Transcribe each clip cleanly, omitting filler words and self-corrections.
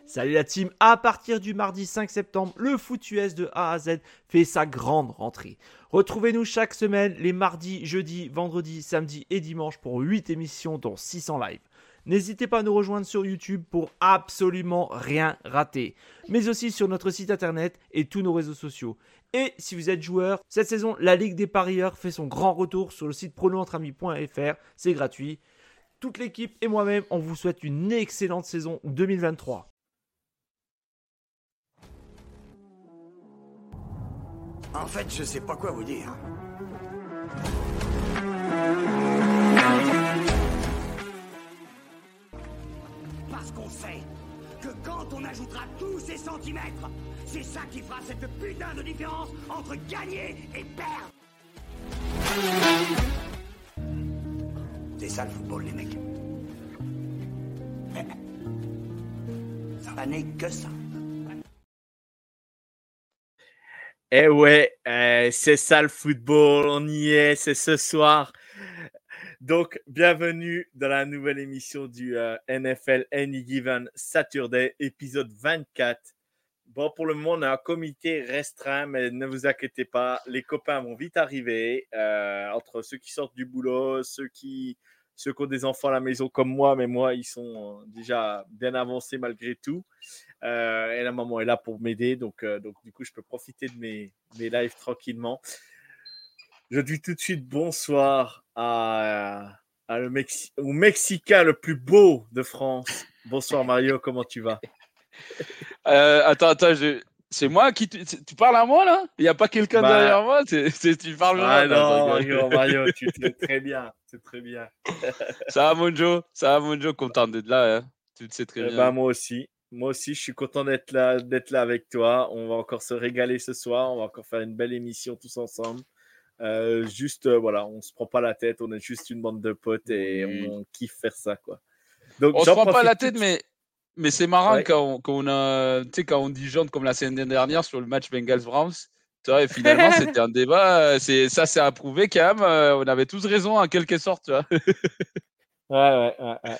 Salut la team, à partir du mardi 5 septembre, le foot US de A à Z fait sa grande rentrée. Retrouvez-nous chaque semaine les mardis, jeudis, vendredis, samedis et dimanches pour 8 émissions dont 600 live. N'hésitez pas à nous rejoindre sur YouTube pour absolument rien rater, mais aussi sur notre site internet et tous nos réseaux sociaux. Et si vous êtes joueur, cette saison, la Ligue des parieurs fait son grand retour sur le site pronoentrami.fr, c'est gratuit. Toute l'équipe et moi-même, on vous souhaite une excellente saison 2023. En fait, je sais pas quoi vous dire. Parce qu'on sait que quand on ajoutera tous ces centimètres, c'est ça qui fera cette putain de différence entre gagner et perdre. C'est ça le football, les mecs. Ça n'est que ça. Eh ouais, c'est ça le football, on y est, c'est ce soir. Donc, bienvenue dans la nouvelle émission du NFL Any Given Saturday, épisode 24. Bon, pour le moment, on a un comité restreint, mais ne vous inquiétez pas, les copains vont vite arriver, entre ceux qui sortent du boulot, ceux qui ont des enfants à la maison comme moi, mais moi, ils sont déjà bien avancés malgré tout. Et la maman est là pour m'aider, donc du coup, je peux profiter de mes lives tranquillement. Je dis tout de suite bonsoir au Mexicain le plus beau de France. Bonsoir Mario, comment tu vas? Attends, c'est moi qui tu parles à moi là? Il n'y a pas quelqu'un derrière moi? Tu parles mal. Ah non, Mario, tu fais très bien, c'est très bien. Ça va mon Joe, content d'être là, hein. Tu le sais très bien. Bah, moi aussi, je suis content d'être là avec toi. On va encore se régaler ce soir, on va encore faire une belle émission tous ensemble. Voilà, on se prend pas la tête, on est juste une bande de potes et on kiffe faire ça, quoi. Donc, on se prend pas la tête, mais c'est marrant quand on disjoncte comme la semaine dernière sur le match Bengals-Browns. Tu vois, et finalement, c'était un débat. C'est approuvé quand même. On avait tous raison en quelque sorte, tu vois. Ouais.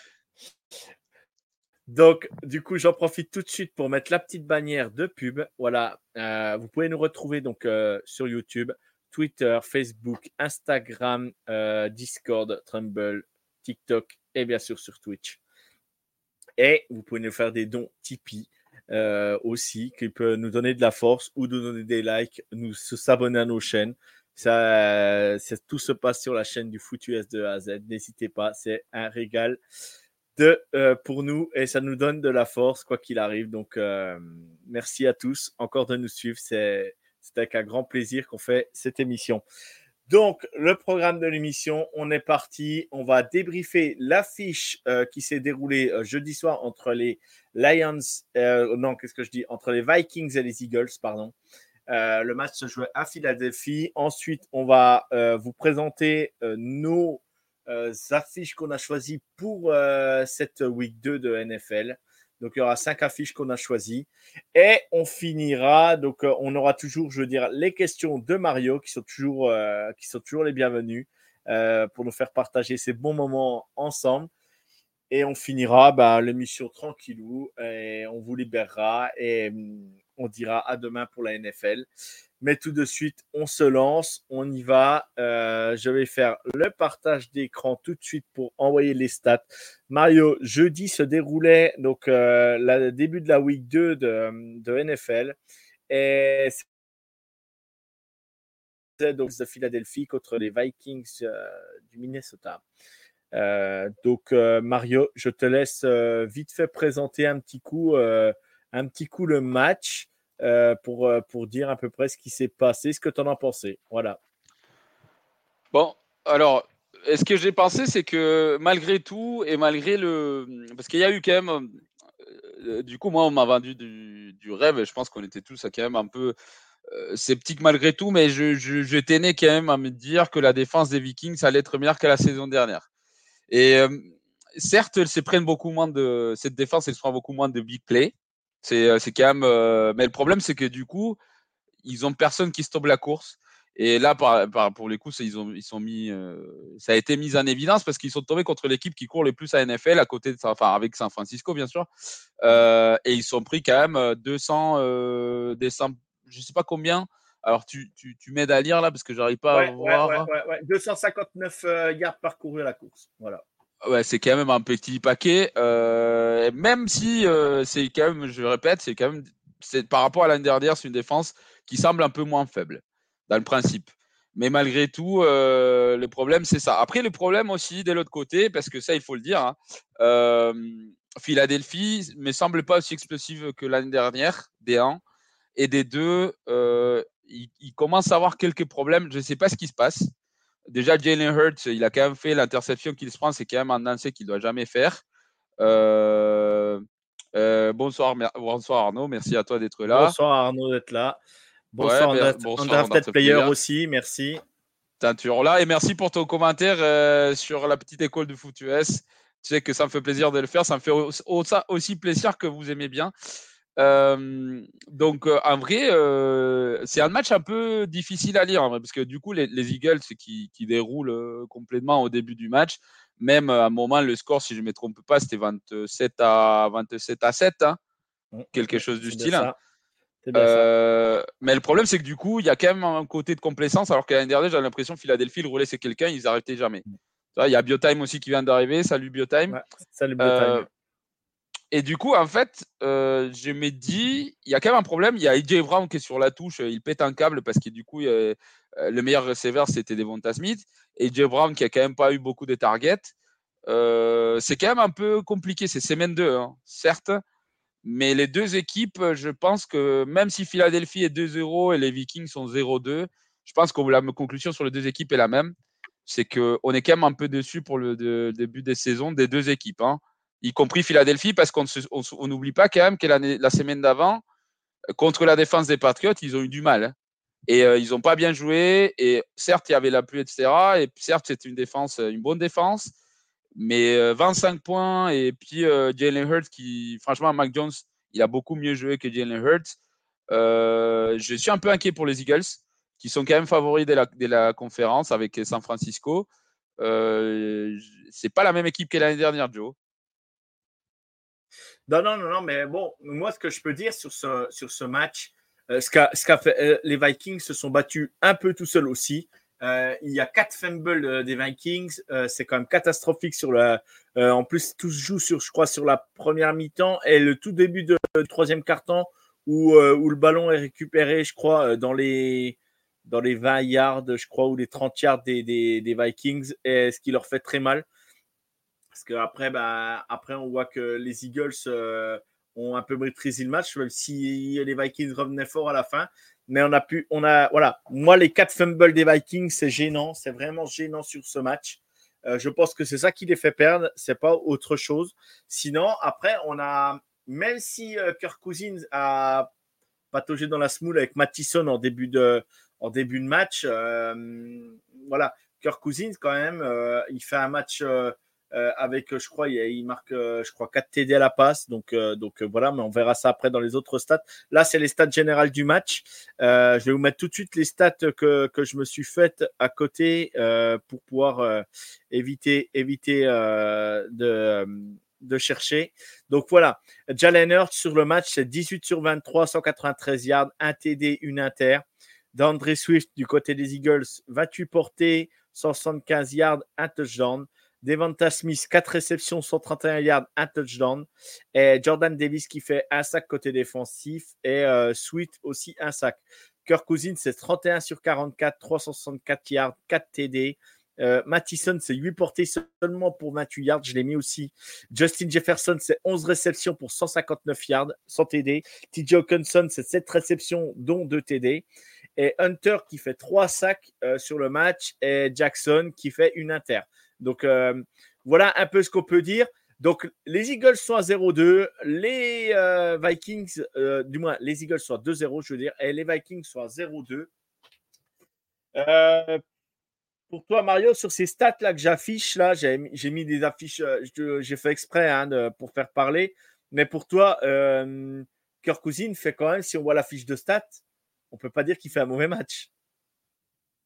Donc, du coup, j'en profite tout de suite pour mettre la petite bannière de pub. Voilà, vous pouvez nous retrouver donc sur YouTube, Twitter, Facebook, Instagram, Discord, Trumble, TikTok et bien sûr sur Twitch. Et vous pouvez nous faire des dons Tipeee aussi, qui peut nous donner de la force ou nous donner des likes, s'abonner à nos chaînes. Tout se passe sur la chaîne du Foot US de A à Z. N'hésitez pas, c'est un régal pour nous et ça nous donne de la force quoi qu'il arrive. Donc, merci à tous encore de nous suivre. C'est avec un grand plaisir qu'on fait cette émission. Donc, le programme de l'émission, on est parti. On va débriefer l'affiche qui s'est déroulée jeudi soir entre les Lions, entre les Vikings et les Eagles, pardon. Le match se jouait à Philadelphie. Ensuite, on va vous présenter nos affiches qu'on a choisies pour cette week 2 de NFL. Donc, il y aura 5 affiches qu'on a choisies. Et on finira, donc on aura toujours, les questions de Mario qui sont toujours les bienvenues pour nous faire partager ces bons moments ensemble. Et on finira l'émission tranquillou et on vous libérera et on dira à demain pour la NFL. Mais tout de suite, on se lance, on y va. Je vais faire le partage d'écran tout de suite pour envoyer les stats. Mario, jeudi se déroulait donc le début de la week 2 de NFL. Et c'est donc de Philadelphie contre les Vikings du Minnesota. Mario, je te laisse vite fait présenter un petit coup le match pour dire à peu près ce qui s'est passé, ce que tu en as pensé. Voilà. Bon, alors, ce que j'ai pensé, c'est que malgré tout et malgré parce qu'il y a eu quand même, du coup, moi, on m'a vendu du rêve et je pense qu'on était tous quand même un peu sceptiques malgré tout, mais je tenais quand même à me dire que la défense des Vikings allait être meilleure que la saison dernière. Et certes, cette défense, elle se prend beaucoup moins de big play. C'est quand même, mais le problème, c'est que du coup, ils ont personne qui stoppe la course. Et là, pour les coups, ils sont mis, ça a été mis en évidence parce qu'ils sont tombés contre l'équipe qui court le plus à NFL, à côté de avec San Francisco, bien sûr. Et ils sont pris quand même 200, je sais pas combien. Alors, tu m'aides à lire là parce que j'arrive pas à voir. 259 yards parcourus à la course. Voilà. Ouais, c'est quand même un petit paquet. Même si c'est quand même, je répète, c'est par rapport à l'année dernière, c'est une défense qui semble un peu moins faible dans le principe. Mais malgré tout, le problème, c'est ça. Après, le problème aussi de l'autre côté, parce que ça, il faut le dire, hein, Philadelphie ne me semble pas aussi explosive que l'année dernière, des 1. Et des 2, il commence à avoir quelques problèmes. Je ne sais pas ce qui se passe. Déjà, Jalen Hurts, il a quand même fait l'interception qu'il se prend, c'est quand même un lancer qu'il ne doit jamais faire. Bonsoir Arnaud, merci à toi d'être là. Bonsoir Arnaud d'être là. Bonsoir, bonsoir Undrafted Player aussi, merci. T'es toujours là et merci pour ton commentaire sur la petite école de foot US. Tu sais que ça me fait plaisir de le faire, ça me fait aussi plaisir que vous aimez bien. Donc en vrai, c'est un match un peu difficile à lire hein, parce que du coup les Eagles qui déroulent complètement au début du match, même à un moment le score si je ne me trompe pas c'était 27 à 7 hein, quelque chose du style. Mais le problème c'est que du coup il y a quand même un côté de complaisance alors que l'année dernière j'avais l'impression que Philadelphie roulait c'est quelqu'un, ils n'arrêtaient jamais. Il y a Biotime aussi qui vient d'arriver, salut Biotime. Ouais, salut Biotime. Et du coup, en fait, je me dis, il y a quand même un problème. Il y a AJ Brown qui est sur la touche, il pète un câble parce que du coup, le meilleur receveur, c'était Devonta Smith. Et AJ Brown qui a quand même pas eu beaucoup de targets. C'est quand même un peu compliqué. C'est semaine 2, hein, certes. Mais les deux équipes, je pense que même si Philadelphie est 2-0 et les Vikings sont 0-2, je pense que la conclusion sur les deux équipes est la même. C'est qu'on est quand même un peu dessus pour le début des saisons des deux équipes. Hein. Y compris Philadelphie, parce qu'on n'oublie pas quand même que la semaine d'avant, contre la défense des Patriots, ils ont eu du mal. Hein. Et ils n'ont pas bien joué. Et certes, il y avait la pluie, etc. Et certes, c'était une bonne défense. Mais 25 points. Et puis Jalen Hurts, franchement, Mac Jones, il a beaucoup mieux joué que Jalen Hurts. Je suis un peu inquiet pour les Eagles, qui sont quand même favoris de la conférence avec San Francisco. C'est pas la même équipe que l'année dernière, Joe. Non, mais bon, moi, ce que je peux dire sur ce match, ce qu'a fait, les Vikings se sont battus un peu tout seuls aussi. Il y a 4 fumbles des Vikings. C'est quand même catastrophique en plus, tout se joue je crois, sur la première mi-temps et le tout début du troisième quart-temps où le ballon est récupéré, je crois, dans les 20 yards, je crois, ou les 30 yards des Vikings, et ce qui leur fait très mal. Parce qu'après, après, on voit que les Eagles ont un peu maîtrisé le match, même si les Vikings revenaient fort à la fin. Mais voilà. Moi, les 4 fumbles des Vikings, c'est gênant. C'est vraiment gênant sur ce match. Je pense que c'est ça qui les fait perdre. C'est pas autre chose. Sinon, après, même si Kirk Cousins a pataugé dans la semoule avec Mattison en début de match, voilà. Kirk Cousins, quand même, il fait un match avec, je crois, il marque, 4 TD à la passe. Donc voilà, mais on verra ça après dans les autres stats. Là, c'est les stats générales du match. Je vais vous mettre tout de suite les stats que je me suis faites à côté pour pouvoir éviter de chercher. Donc voilà, Jalen Hurts sur le match, c'est 18 sur 23, 193 yards, 1 TD, une inter. DeAndre Swift du côté des Eagles, 28 portées, 175 yards, 1 touchdown. Devonta Smith, 4 réceptions, 131 yards, 1 touchdown. Et Jordan Davis qui fait un sac côté défensif. Et Sweet aussi un sac. Kirk Cousins, c'est 31 sur 44, 364 yards, 4 TD. Mattison, c'est 8 portées seulement pour 28 yards. Je l'ai mis aussi. Justin Jefferson, c'est 11 réceptions pour 159 yards, sans TD. TJ Hawkinson, c'est 7 réceptions, dont 2 TD. Et Hunter qui fait 3 sacs sur le match. Et Jackson qui fait une inter. Donc, voilà un peu ce qu'on peut dire. Donc, les Eagles sont à 0-2. Les Vikings, du moins, les Eagles sont à 2-0, je veux dire. Et les Vikings sont à 0-2. Pour toi, Mario, sur ces stats-là que j'affiche, là, j'ai mis des affiches, j'ai fait exprès pour faire parler. Mais pour toi, Kirk Cousins fait quand même, si on voit la fiche de stats, on ne peut pas dire qu'il fait un mauvais match.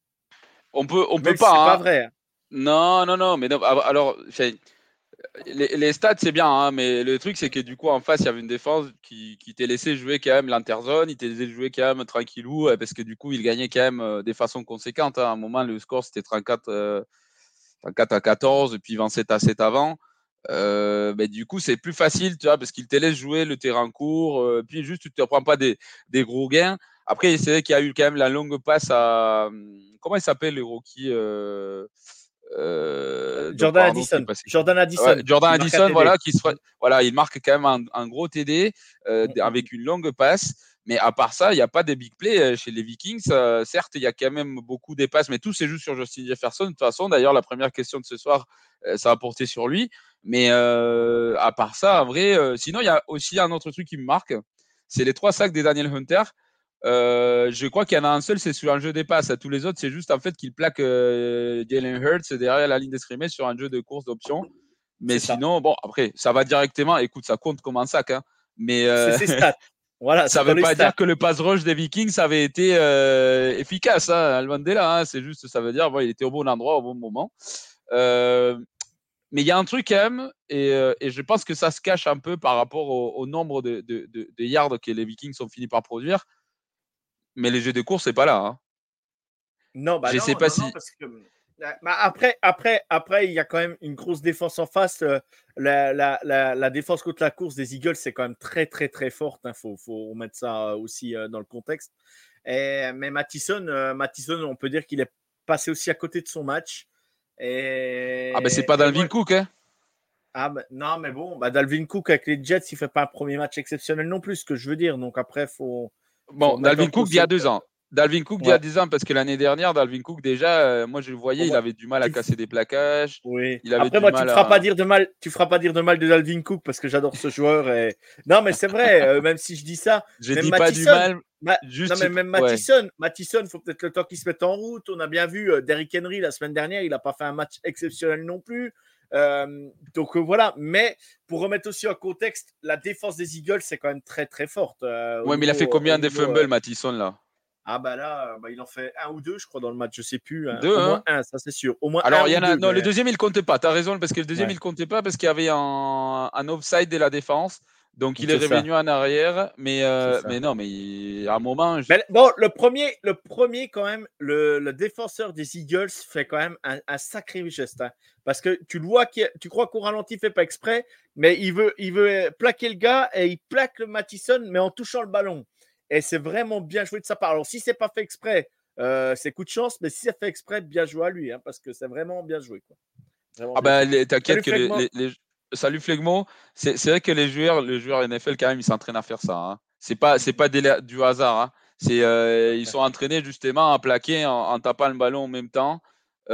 On peut Même si pas. c'est Hein. pas vrai. Non. Mais non, alors, les stats, c'est bien, hein, mais le truc, c'est que du coup, en face, il y avait une défense qui t'est laissé jouer quand même l'interzone, il t'est laissé jouer quand même tranquillou, parce que du coup, il gagnait quand même des façons conséquentes. Hein. À un moment, le score, c'était 34 à 14, et puis 27 à 7 avant. Mais du coup, c'est plus facile, tu vois, parce qu'il te laisse jouer le terrain court, puis juste, tu ne te prends pas des gros gains. Après, c'est vrai qu'il y a eu quand même la longue passe à. Comment il s'appelle, le rookie de Jordan Pardon qui est Addison. passé. Jordan Ouais, Addison. Jordan Qui marque un Addison, TD. voilà, il marque quand même un gros TD avec une longue passe. Mais à part ça, il n'y a pas des big plays chez les Vikings. Certes, il y a quand même beaucoup des passes, mais tout c'est juste sur Justin Jefferson. De toute façon, d'ailleurs, la première question de ce soir, ça va porter sur lui. Mais à part ça, en vrai, sinon, il y a aussi un autre truc qui me marque. C'est les 3 sacs des Daniel Hunter. Je crois qu'il y en a un seul, c'est sur un jeu des passes. À tous les autres, c'est juste en fait qu'il plaque Jalen Hurts derrière la ligne de scrimmage sur un jeu de course d'option. Mais sinon, bon, après, ça va directement. Écoute, ça compte comme un sac. Hein. Mais C'est ses stats. Voilà, ça c'est ne dans veut les pas stats. dire que le pass rush des Vikings avait été efficace. Hein, loin de là. Hein. C'est juste, ça veut dire qu'il était au bon endroit au bon moment. Mais il y a un truc quand même, et je pense que ça se cache un peu par rapport au nombre de yards que les Vikings ont fini par produire. Mais les jeux de course, c'est pas là. Hein. Non, Je sais pas si. parce que après, il y a quand même une grosse défense en face. La défense contre la course des Eagles, c'est quand même très, très, très forte. Il faut mettre ça aussi dans le contexte. Mais Mattison, on peut dire qu'il est passé aussi à côté de son match. Ah, ben c'est pas Dalvin Cook, hein. Non, mais bon, Dalvin Cook avec les Jets, il fait pas un premier match exceptionnel non plus, ce que je veux dire. Donc après, faut. Bon, Dalvin Cook d'il y a 2 ans. Dalvin Cook d'il y a 10 ans, parce que l'année dernière, Dalvin Cook, déjà, moi je le voyais, il avait du mal à casser des plaquages. Oui. Il avait après, moi, tu ne feras pas dire de mal de Dalvin Cook parce que j'adore ce joueur. Non, mais c'est vrai, même si je dis ça. Je même dis pas du mal. Juste... Non, mais même Mattison, il faut peut-être le temps qu'il se mette en route. On a bien vu Derrick Henry la semaine dernière, il n'a pas fait un match exceptionnel non plus. Donc voilà, mais pour remettre aussi en contexte, la défense des Eagles, c'est quand même très très forte. Ouais, mais il a fait combien de fumbles, Mattison, là? Là, il en fait 1 ou 2, je crois, dans le match, je sais plus. Hein. 2, au moins 1, ça c'est sûr. Au moins alors, 1 il y en a. ou 2, Non, mais... le deuxième, il ne comptait pas. Tu as raison, parce que le deuxième, il ne comptait pas parce qu'il y avait un offside de la défense. Donc, il est revenu en arrière. Mais non, mais à un moment. Mais bon, le premier, quand même, le défenseur des Eagles fait quand même un sacré geste. Hein, parce que tu le vois, tu crois qu'au ralenti, il ne fait pas exprès, mais il veut plaquer le gars et il plaque le Mattison, mais en touchant le ballon. Et c'est vraiment bien joué de sa part. Alors, si ce n'est pas fait exprès, c'est coup de chance, mais si c'est fait exprès, bien joué à lui, hein, parce que c'est vraiment bien joué. Quoi. Vraiment t'inquiète que Salut Flegmont, c'est vrai que les joueurs NFL, quand même, ils s'entraînent à faire ça. Hein. C'est pas du hasard. Hein. Ils sont entraînés justement à plaquer en tapant le ballon en même temps.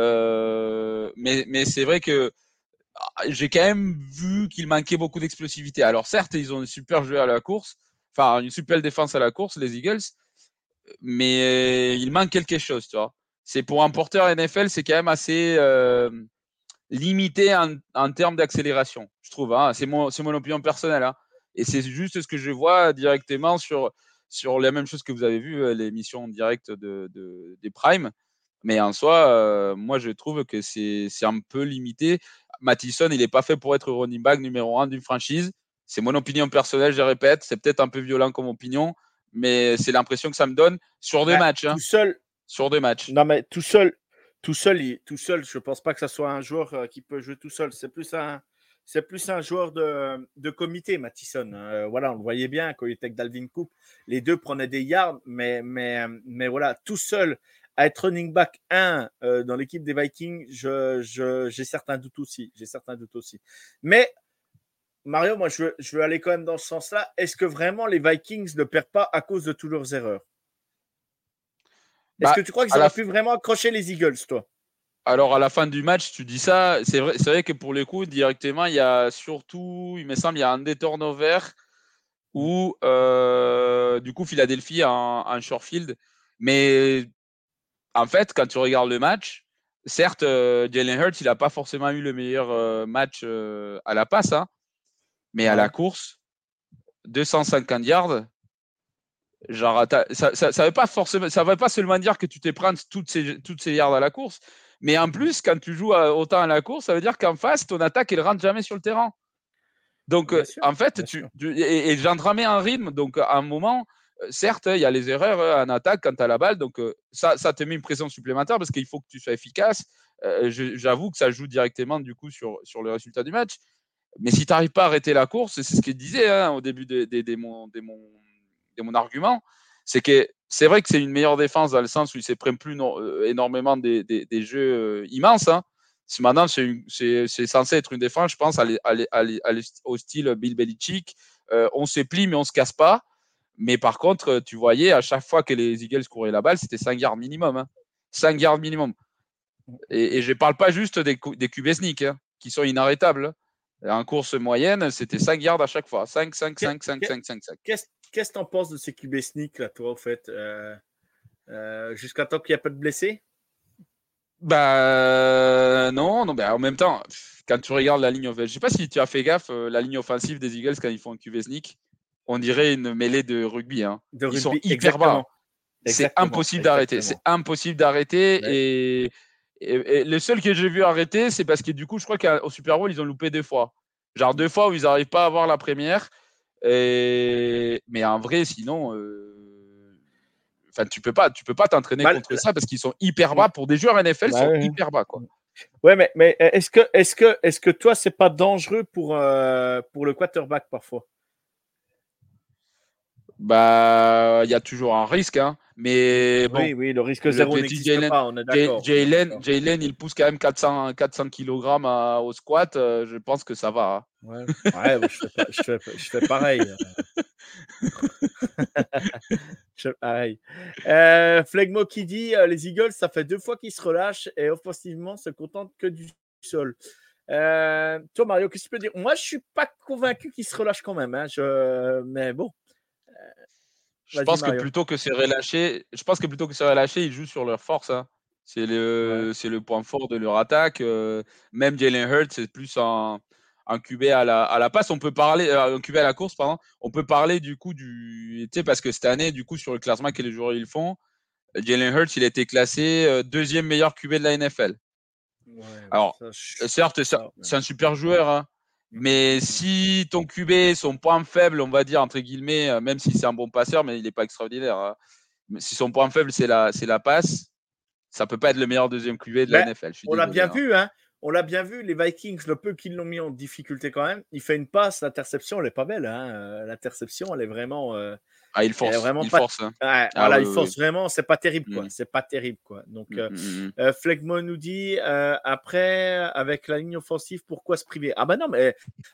Mais c'est vrai que j'ai quand même vu qu'il manquait beaucoup d'explosivité. Alors certes, ils ont une super joueur à la course, enfin une super défense à la course, les Eagles, mais il manque quelque chose, tu vois. C'est pour un porteur NFL, c'est quand même assez limité en termes d'accélération, je trouve. Hein. C'est mon opinion personnelle. Hein. Et c'est juste ce que je vois directement sur la même chose que vous avez vu, l'émission directe des Prime. Mais en soi, moi, je trouve que c'est un peu limité. Mattison, il n'est pas fait pour être running back numéro 1 d'une franchise. C'est mon opinion personnelle, je répète. C'est peut-être un peu violent comme opinion, mais c'est l'impression que ça me donne sur 2 matchs. Hein. Tout seul. Sur 2 matchs. Non, mais tout seul, je pense pas que ça soit un joueur qui peut jouer tout seul. C'est plus un joueur de comité, Mattison. Voilà, on le voyait bien quand il était avec Dalvin Cook. Les deux prenaient des yards, mais voilà, tout seul à être running back 1 dans l'équipe des Vikings, j'ai certains doutes aussi. Mais Mario, moi, je veux aller quand même dans ce sens-là. Est-ce que vraiment les Vikings ne perdent pas à cause de toutes leurs erreurs? Est-ce que tu crois qu'ils auraient pu vraiment accrocher les Eagles, toi? Alors, à la fin du match, tu dis ça. C'est vrai que pour le coup, directement, il y a surtout, il me semble, il y a un des turnovers où, du coup, Philadelphie a un short field. Mais en fait, quand tu regardes le match, certes, Jalen Hurts, il n'a pas forcément eu le meilleur match à la passe, hein, mais à la course, 250 yards. Genre, ça veut pas forcément, ça veut pas seulement dire que tu t'es prendre toutes ces yards à la course, mais en plus, quand tu joues autant à la course, ça veut dire qu'en face, ton attaque, elle rentre jamais sur le terrain. Donc, en fait, et j'entramais un rythme. Donc, à un moment, certes, il y a les erreurs en attaque quand tu as la balle. Donc, ça te met une pression supplémentaire parce qu'il faut que tu sois efficace. J'avoue que ça joue directement, du coup, sur le résultat du match. Mais si tu n'arrives pas à arrêter la course, c'est ce qu'il disait au début de mon argument, c'est que c'est vrai que c'est une meilleure défense dans le sens où ils ne se prennent plus énormément des jeux immenses. Hein. Maintenant, c'est censé être une défense, je pense, au style Bill Belichick. On se plie, mais on ne se casse pas. Mais par contre, tu voyais, à chaque fois que les Eagles couraient la balle, c'était 5 yards minimum. Hein. 5 yards minimum. Et je ne parle pas juste des QB sneak, hein, qui sont inarrêtables. En course moyenne, c'était 5 yards à chaque fois. 5, 5, 5, 5, 5, 5, 5. Qu'est-ce que tu en penses de ces QB sneak, là, toi, au fait jusqu'à temps qu'il n'y a pas de blessés? Non, bah, en même temps, quand tu regardes la ligne offensive, je sais pas si tu as fait gaffe, la ligne offensive des Eagles quand ils font un QB sneak, on dirait une mêlée de rugby. Hein. Ils sont hyper bas. C'est impossible d'arrêter. C'est impossible d'arrêter. Ouais. Et le seul que j'ai vu arrêter, c'est parce que du coup, je crois qu'au Super Bowl, ils ont loupé 2 fois. Genre 2 fois où ils n'arrivent pas à avoir la première. Mais en vrai, sinon, tu peux pas t'entraîner contre ça parce qu'ils sont hyper bas. Pour des joueurs NFL, ils sont hyper bas, quoi. Ouais, mais est-ce que toi, c'est pas dangereux pour le quarterback parfois? Bah, il y a toujours un risque, hein. Mais bon. Oui, le risque zéro n'existe pas, on est d'accord. Jalen, il pousse quand même 400 kg au squat. Je pense que ça va. Hein. Ouais, je fais pareil. Je fais pareil. Flegmo qui dit les Eagles, ça fait 2 fois qu'ils se relâchent et offensivement se contentent que du sol. Toi, Mario, qu'est-ce que tu peux dire? Moi, je suis pas convaincu qu'ils se relâchent quand même. Hein. Mais bon. Je pense que plutôt que c'est relâché, ils jouent sur leur force. Hein. C'est le point fort de leur attaque. Même Jalen Hurts, c'est plus un QB à la passe. On peut parler un QB à la course, pardon. On peut parler du coup parce que cette année, du coup, sur le classement que les joueurs ils font, Jalen Hurts, il a été classé 2e meilleur QB de la NFL. Ouais, alors, certes, c'est un super joueur. Hein. Mais si ton QB, son point faible, on va dire, entre guillemets, même si c'est un bon passeur, mais il n'est pas extraordinaire. Hein. Mais si son point faible, c'est la passe, ça ne peut pas être le meilleur 2e QB de la NFL. On l'a bien vu, hein. On l'a bien vu, les Vikings, le peu qu'ils l'ont mis en difficulté quand même, il fait une passe, l'interception, elle n'est pas belle. Hein. L'interception, elle est vraiment. Il force. Il force. Hein. Il force vraiment, c'est pas terrible, quoi. C'est pas terrible, quoi. Donc, Flegmo nous dit après, avec la ligne offensive, pourquoi se priver? Ah, bah non, mais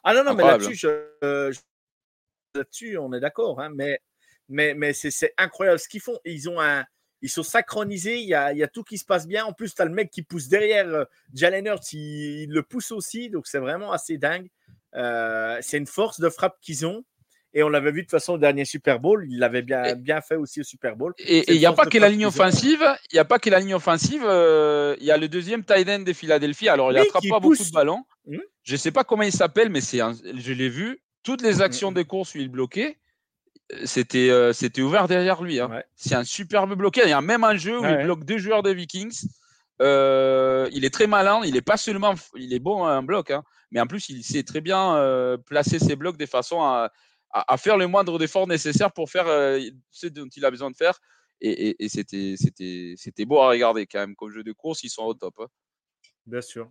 là-dessus, on est d'accord. Hein. Mais c'est incroyable ce qu'ils font. Ils sont synchronisés, il y a tout qui se passe bien. En plus, tu as le mec qui pousse derrière. Jalen Hurts, il le pousse aussi. Donc, c'est vraiment assez dingue. C'est une force de frappe qu'ils ont. Et on l'avait vu de toute façon au dernier Super Bowl. Il l'avait bien fait aussi au Super Bowl. Et il n'y a pas que la ligne offensive. Il n'y a pas que la ligne offensive. Il y a le 2e tight end de Philadelphie. Alors, il n'attrape pas beaucoup de ballons. Je ne sais pas comment il s'appelle, mais je l'ai vu. Toutes les actions de course où il bloquait, c'était ouvert derrière lui. Hein. Ouais. C'est un superbe bloqué. Il y a même un jeu où il bloque 2 joueurs des Vikings. Il est très malin. Il est bon à un bloc, hein, mais en plus, il sait très bien placer ses blocs de façon à faire le moindre effort nécessaire pour faire ce dont il a besoin de faire. Et c'était beau à regarder quand même. Comme jeu de course, ils sont au top. Hein. Bien sûr.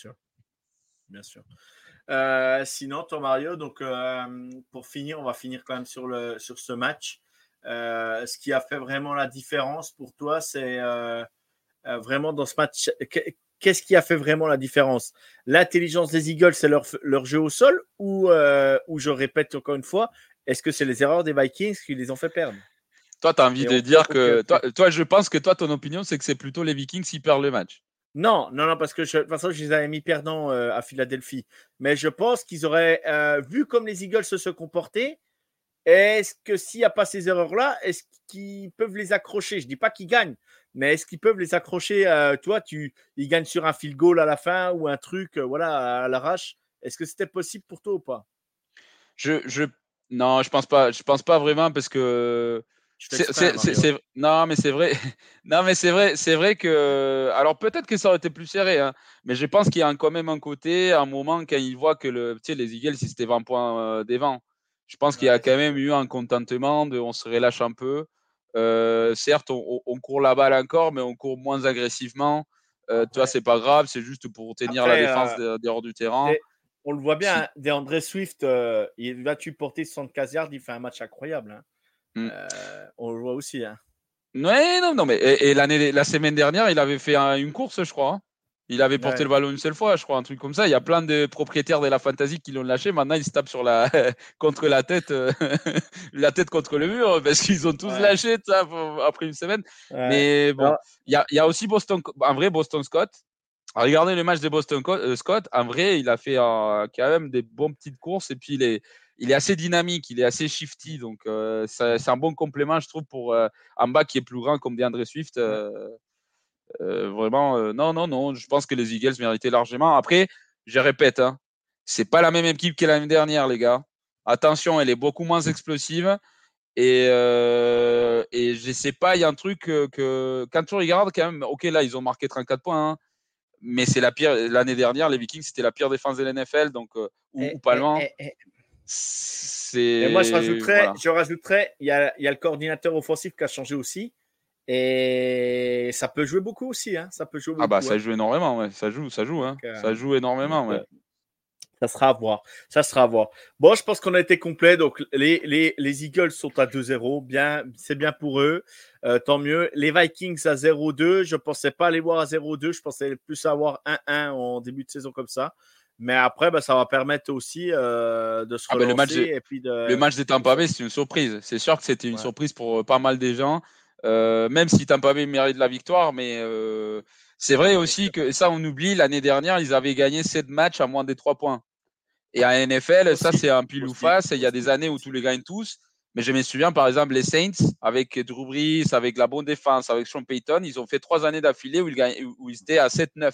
Sinon, toi, Mario, donc pour finir, on va finir quand même sur ce match. Ce qui a fait vraiment la différence pour toi, c'est vraiment dans ce match. Qu'est-ce qui a fait vraiment la différence? L'intelligence des Eagles, c'est leur jeu au sol ou je répète encore une fois, est-ce que c'est les erreurs des Vikings qui les ont fait perdre? Toi, tu as envie de dire que… Toi, je pense que ton opinion, c'est que c'est plutôt les Vikings qui perdent le match. Non, parce que de toute façon, je les avais mis perdants à Philadelphie. Mais je pense qu'ils auraient vu comme les Eagles se comportaient. Est-ce que s'il n'y a pas ces erreurs-là, est-ce qu'ils peuvent les accrocher? Je ne dis pas qu'ils gagnent, mais est-ce qu'ils peuvent les accrocher? Ils gagnent sur un field goal à la fin ou un truc à l'arrache. Est-ce que c'était possible pour toi ou pas? Non, je pense pas. Je pense pas vraiment parce que Je fais exprès, Mario. Non, mais c'est vrai. Non, mais c'est vrai que. Alors peut-être que ça aurait été plus serré, hein, mais je pense qu'il y a quand même un côté, un moment quand il voit que les Eagles, ils étaient 20 points devant. Je pense qu'il y a quand même eu un contentement on se relâche un peu. Certes, on court la balle encore, mais on court moins agressivement. Tu vois, c'est pas grave, c'est juste pour tenir la défense dehors du terrain. On le voit bien, DeAndre Swift, il va-tu porter 75 yards, il fait un match incroyable. Hein. On le voit aussi. Hein. Ouais, non, mais la semaine dernière, il avait fait une course, je crois. Hein. Il avait porté le ballon une seule fois, je crois, un truc comme ça. Il y a plein de propriétaires de la fantasy qui l'ont lâché. Maintenant, ils se tapent sur contre la tête, la tête contre le mur, parce qu'ils ont tous lâché ça, après une semaine. Ouais. Mais bon, il y a aussi un vrai Boston Scott. Regardez le match de Boston Scott. En vrai, il a fait quand même des bonnes petites courses et puis il est assez dynamique, il est assez shifty. Donc, c'est un bon complément, je trouve, pour un bas qui est plus grand comme DeAndre Swift. Vraiment, non. Je pense que les Eagles méritaient largement. Après, je répète, hein, c'est pas la même équipe que l'année dernière, les gars. Attention, elle est beaucoup moins explosive. Et je sais pas, il y a un truc que quand tu regardes, quand même, ok, là, ils ont marqué 34 points. Hein, mais c'est la pire. L'année dernière, les Vikings, c'était la pire défense de l'NFL, donc ou pas loin. Et moi, je rajouterais, il y a le coordinateur offensif qui a changé aussi. Et ça peut jouer beaucoup aussi. Hein. Ça peut jouer beaucoup, ça joue énormément. Ouais. Ça joue. Donc, hein. Ça joue énormément. Ouais. Ça sera à voir. Bon, je pense qu'on a été complet. Donc, les Eagles sont à 2-0. Bien, c'est bien pour eux. Tant mieux. Les Vikings à 0-2. Je ne pensais pas les voir à 0-2. Je pensais plus avoir 1-1 en début de saison comme ça. Mais après, ça va permettre aussi de se relancer. Le match des Tampa Bay, c'est une surprise. C'est sûr que c'était une surprise pour pas mal des gens. Même si Tampa Bay mérite la victoire, mais c'est vrai aussi que ça, on oublie, l'année dernière, ils avaient gagné 7 matchs à moins des 3 points. Et à NFL, aussi, ça, c'est un pile ou face. Il y a des années où tous les gagnent tous. Mais je me souviens, par exemple, les Saints, avec Drew Brees, avec la bonne défense, avec Sean Payton, ils ont fait 3 années d'affilée où ils étaient à 7-9.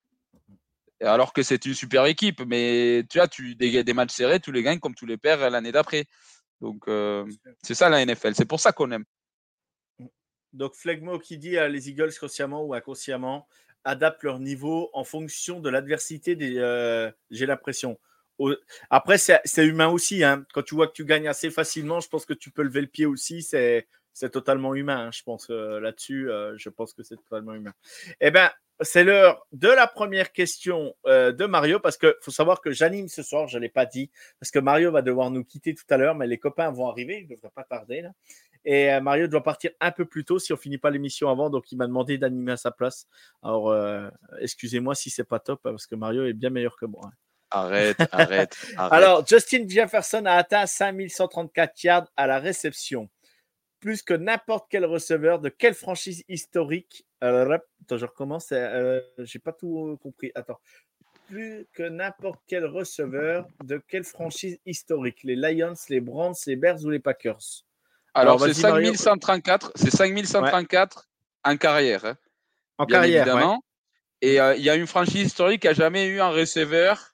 Alors que c'est une super équipe. Mais tu vois, des matchs serrés, tu les gagnes comme tu les perds l'année d'après. Donc, c'est ça la NFL. C'est pour ça qu'on aime. Donc, Flegmo qui dit les Eagles, consciemment ou inconsciemment, adaptent leur niveau en fonction de l'adversité. J'ai l'impression. Après, c'est humain aussi. Hein. Quand tu vois que tu gagnes assez facilement, je pense que tu peux lever le pied aussi. C'est totalement humain. Hein. Je pense là-dessus, je pense que c'est totalement humain. Eh bien, c'est l'heure de la première question de Mario, parce qu'il faut savoir que j'anime ce soir, je ne l'ai pas dit, parce que Mario va devoir nous quitter tout à l'heure, mais les copains vont arriver, il ne devrait pas tarder là. Et Mario doit partir un peu plus tôt si on ne finit pas l'émission avant, donc il m'a demandé d'animer à sa place. Alors, excusez-moi si ce n'est pas top, parce que Mario est bien meilleur que moi. Hein. Arrête. Alors, Justin Jefferson a atteint 5134 yards à la réception. Plus que n'importe quel receveur de quelle franchise historique. Attends, je recommence. J'ai pas tout compris. Attends. Plus que n'importe quel receveur de quelle franchise historique? Les Lions, les Browns, les Bears ou les Packers? Alors c'est 5134. C'est 5134 en carrière. Hein, en bien carrière, évidemment. Ouais. Et il y a une franchise historique qui n'a jamais eu un receveur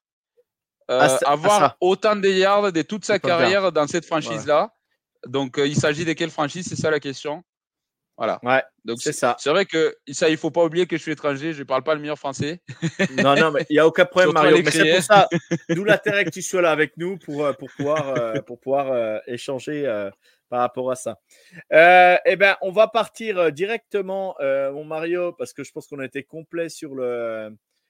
avoir autant de yards de toute sa carrière dans cette franchise-là. Ouais. Donc, il s'agit de quelle franchise? C'est ça la question. Voilà. Ouais, donc c'est ça. C'est vrai que ça, il ne faut pas oublier que je suis étranger. Je ne parle pas le meilleur français. Non, mais il n'y a aucun problème, Mario. Mais c'est pour ça, d'où l'intérêt que tu sois là avec nous pour pouvoir échanger par rapport à ça. Eh bien, on va partir directement, mon Mario, parce que je pense qu'on a été complet sur le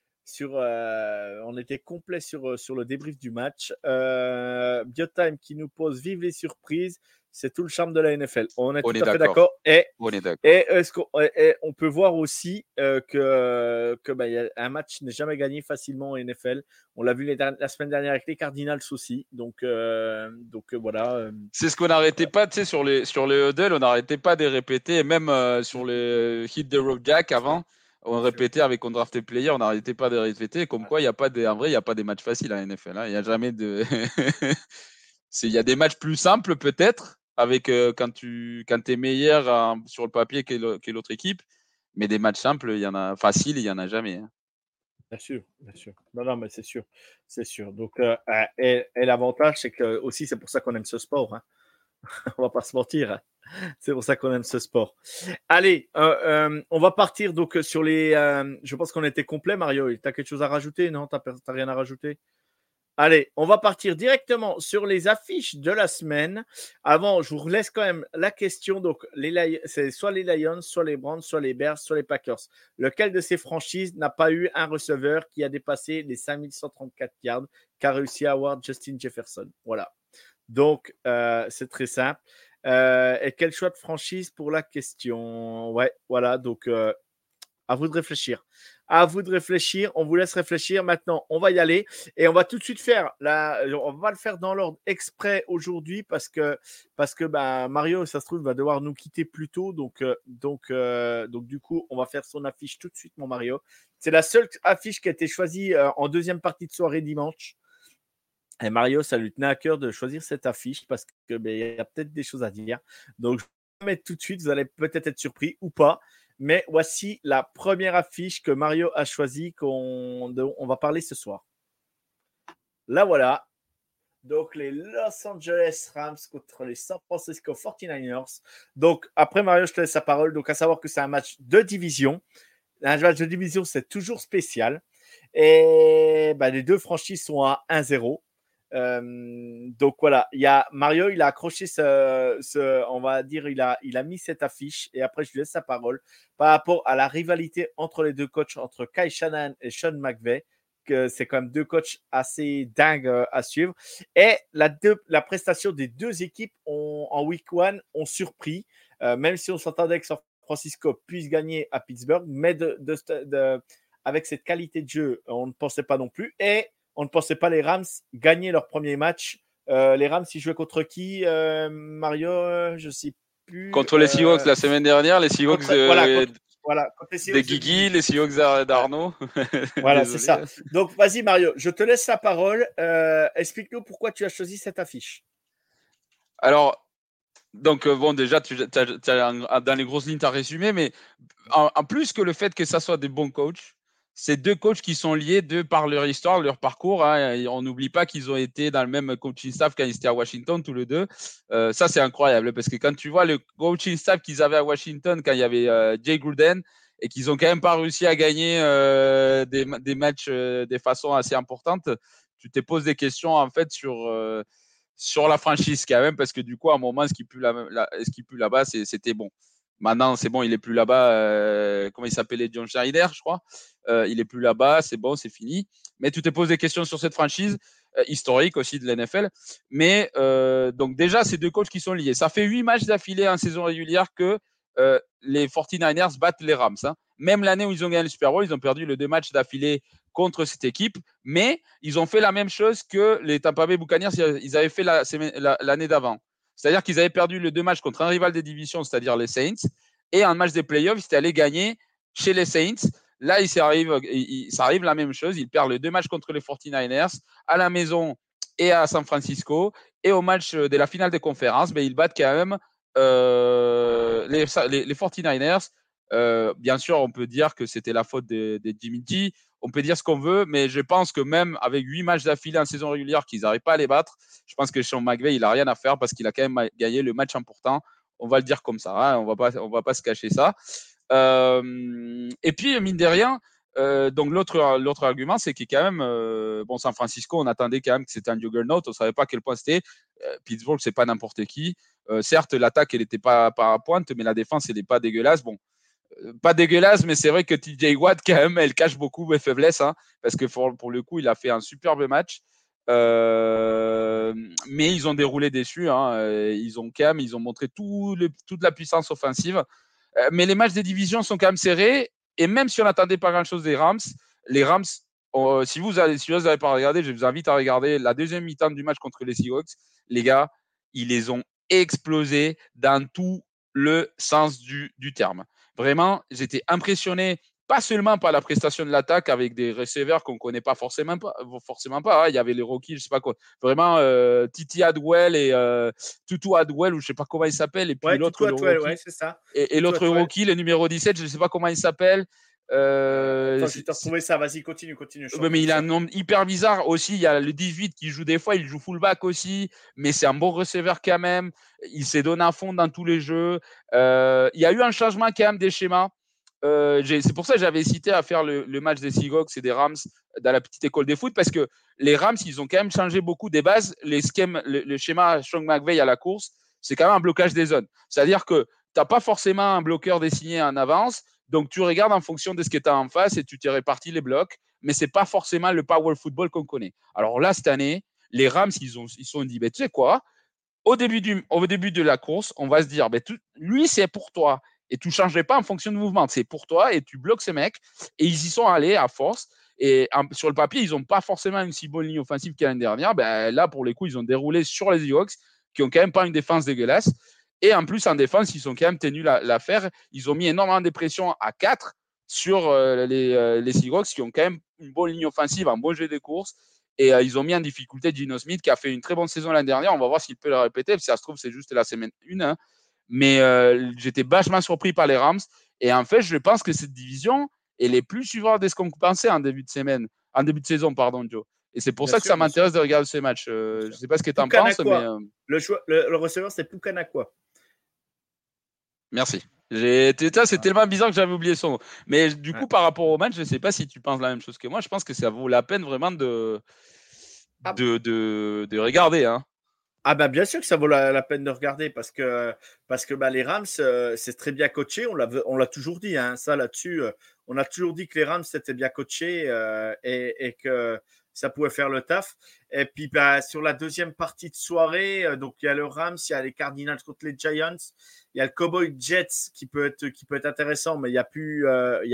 débrief du match. Biotime qui nous pose vive les surprises, c'est tout le charme de la NFL. On est tout à fait d'accord. Et on peut voir aussi que un match n'est jamais gagné facilement en NFL. On l'a vu la semaine dernière avec les Cardinals aussi. Donc voilà. C'est ce qu'on n'arrêtait pas, tu sais, sur les huddle, on n'arrêtait pas de répéter, même sur les hit the road jack avant. On répétait avec on drafted player, on n'arrêtait pas de répéter, comme quoi il n'y a pas en vrai, il n'y a pas des matchs faciles à NFL. Hein. Il n'y a jamais de. Il y a des matchs plus simples peut-être, avec quand tu es meilleur sur le papier que l'autre équipe, mais des matchs simples, il y en a faciles, il n'y en a jamais. Hein. Bien sûr. Non, mais c'est sûr. Donc, et l'avantage, c'est que aussi, c'est pour ça qu'on aime ce sport. Hein. On va pas se mentir. Hein. C'est pour ça qu'on aime ce sport. Allez, on va partir donc sur les. Je pense qu'on était complet, Mario. Tu as quelque chose à rajouter? Non, tu n'as rien à rajouter? Allez, on va partir directement sur les affiches de la semaine. Avant, je vous laisse quand même la question. Donc, c'est soit les Lions, soit les Browns, soit les Bears, soit les Packers. Lequel de ces franchises n'a pas eu un receveur qui a dépassé les 5134 yards, qu'a réussi à avoir Justin Jefferson? Voilà. Donc, c'est très simple. Et quel choix de franchise pour la question? Ouais, voilà. Donc, à vous de réfléchir. À vous de réfléchir. On vous laisse réfléchir. Maintenant, on va y aller. Et on va tout de suite faire. On va le faire dans l'ordre exprès aujourd'hui parce que Mario, ça se trouve, va devoir nous quitter plus tôt. Donc, du coup, on va faire son affiche tout de suite, mon Mario. C'est la seule affiche qui a été choisie en deuxième partie de soirée dimanche. Et Mario, ça lui tenait à cœur de choisir cette affiche parce que y a peut-être des choses à dire. Donc, je vais la mettre tout de suite. Vous allez peut-être être surpris ou pas. Mais voici la première affiche que Mario a choisie qu'on va parler ce soir. Là, voilà. Donc, les Los Angeles Rams contre les San Francisco 49ers. Donc, après, Mario, je te laisse la parole. Donc, à savoir que c'est un match de division. Un match de division, c'est toujours spécial. Et les deux franchises sont à 1-0. Donc voilà, il y a Mario, il a accroché on va dire, il a mis cette affiche et après je lui laisse sa parole par rapport à la rivalité entre les deux coachs, entre Kyle Shanahan et Sean McVay, que c'est quand même deux coachs assez dingues à suivre. Et la prestation des deux équipes en week 1 ont surpris, même si on s'attendait que San Francisco puisse gagner à Pittsburgh, mais avec cette qualité de jeu, on ne pensait pas non plus. Et on ne pensait pas les Rams gagner leur premier match. Les Rams, ils jouaient contre qui, Mario? Je ne sais plus. Contre les Seahawks la semaine dernière, les Seahawks contre les Seahawks de Guigui, les Seahawks d'Arnaud. Voilà, c'est ça. Donc, vas-y, Mario, je te laisse la parole. Explique-nous pourquoi tu as choisi cette affiche. Alors, donc, déjà, dans les grosses lignes, tu as résumé, mais en plus que le fait que ça soit des bons coachs, c'est deux coachs qui sont liés par leur histoire, leur parcours. Hein. On n'oublie pas qu'ils ont été dans le même coaching staff quand ils étaient à Washington, tous les deux. Ça, c'est incroyable parce que quand tu vois le coaching staff qu'ils avaient à Washington quand il y avait Jay Gruden et qu'ils n'ont quand même pas réussi à gagner des matchs de façon assez importante, tu te poses des questions en fait sur la franchise quand même parce que du coup, à un moment, ce qui pue là-bas, c'était bon. Maintenant, c'est bon, il n'est plus là-bas. Comment il s'appelait? John Schneider, je crois. Il n'est plus là-bas, c'est bon, c'est fini. Mais tu te poses des questions sur cette franchise, historique aussi de l'NFL. Mais donc déjà, ces deux coachs qui sont liés. Ça fait 8 matchs d'affilée en saison régulière que les 49ers battent les Rams. Hein. Même l'année où ils ont gagné le Super Bowl, ils ont perdu les 2 matchs d'affilée contre cette équipe. Mais ils ont fait la même chose que les Tampa Bay Buccaneers, ils avaient fait l'année d'avant. C'est-à-dire qu'ils avaient perdu les 2 matchs contre un rival des divisions, c'est-à-dire les Saints. Et en match des playoffs, ils étaient allés gagner chez les Saints. Là, ça arrive la même chose. Ils perdent les 2 matchs contre les 49ers à la maison et à San Francisco. Et au match de la finale des conférences, ils battent quand même les 49ers. Bien sûr, on peut dire que c'était la faute de Jimmy G. On peut dire ce qu'on veut, mais je pense que même avec 8 matchs d'affilée en saison régulière qu'ils n'arrivent pas à les battre, je pense que Sean McVay, il n'a rien à faire parce qu'il a quand même gagné le match important. On va le dire comme ça. Hein, on va pas se cacher ça. Et puis, mine de rien, donc l'autre argument, c'est qu'il y a quand même, San Francisco, on attendait quand même que c'était un juggernaut, on ne savait pas à quel point c'était. Pittsburgh, c'est pas n'importe qui. Certes, l'attaque, elle n'était pas à pointe, mais la défense, elle n'est pas dégueulasse. Bon, pas dégueulasse, mais c'est vrai que TJ Watt, quand même, elle cache beaucoup mes faiblesses, hein, parce que pour le coup, il a fait un superbe match. Mais ils ont déroulé dessus. Hein, ils ont montré toute la puissance offensive. Mais les matchs des divisions sont quand même serrés. Et même si on n'attendait pas grand-chose des Rams, les Rams, si vous n'avez pas regardé, je vous invite à regarder la deuxième mi-temps du match contre les Seahawks. Les gars, ils les ont explosés dans tout le sens du terme. Vraiment, j'étais impressionné, pas seulement par la prestation de l'attaque avec des receveurs qu'on ne connaît pas forcément pas. Hein. Il y avait les rookies, je ne sais pas quoi. Vraiment, Titi Adwell et Tutu Adwell, ou je ne sais pas comment il s'appelle. Et puis l'autre, Adwell, ouais, c'est ça. Et l'autre rookie, le numéro 17, je ne sais pas comment il s'appelle. Attends, j'ai retrouvé ça. Vas-y, continue. Mais il a un nombre hyper bizarre aussi. Il y a le 18 qui joue des fois, il joue fullback aussi, mais c'est un bon receveur quand même. Il s'est donné à fond dans tous les jeux. Il y a eu un changement quand même des schémas. C'est pour ça que j'avais cité à faire le match des Seahawks et des Rams dans la petite école des foot, parce que les Rams, ils ont quand même changé beaucoup des bases. Les schèmes, le schéma Sean McVay à la course, c'est quand même un blocage des zones. C'est-à-dire que tu n'as pas forcément un bloqueur dessiné en avance, donc tu regardes en fonction de ce que tu as en face et tu t'es réparti les blocs, mais ce n'est pas forcément le power football qu'on connaît. Alors là, cette année, les Rams, ils sont dit, tu sais quoi, au début de la course, on va se dire, lui, c'est pour toi. Et tu ne changerais pas en fonction de mouvement. C'est pour toi et tu bloques ces mecs. Et ils y sont allés à force. Et sur le papier, ils n'ont pas forcément une si bonne ligne offensive que l'année dernière. Là, pour les coups, ils ont déroulé sur les Seahawks, qui n'ont quand même pas une défense dégueulasse. Et en plus, en défense, ils sont quand même tenus l'affaire. Ils ont mis énormément de pression à 4 sur les Seahawks, qui ont quand même une bonne ligne offensive, un bon jeu de course. Et ils ont mis en difficulté Geno Smith, qui a fait une très bonne saison l'année dernière. On va voir s'il peut le répéter. Si ça se trouve, c'est juste la semaine 1. Hein. Mais j'étais vachement surpris par les Rams. Et en fait, je pense que cette division, elle est plus suivante de ce qu'on pensait en début de saison, Joe. Et c'est pour ça que ça m'intéresse de regarder ces matchs. Je ne sais pas ce que tu en penses, mais le receveur, c'est Pukanakwa. Merci. C'est tellement bizarre que j'avais oublié son nom. Mais du coup, par rapport au match, je ne sais pas si tu penses la même chose que moi. Je pense que ça vaut la peine vraiment de regarder. Hein. Ah ben bien sûr que ça vaut la peine de regarder parce que les Rams, c'est très bien coaché. On l'a toujours dit, hein, ça là-dessus. On a toujours dit que les Rams, c'était bien coaché et que ça pouvait faire le taf. Et puis sur la deuxième partie de soirée, donc il y a le Rams, il y a les Cardinals contre les Giants, il y a le Cowboys Jets qui peut être intéressant, mais il y a plus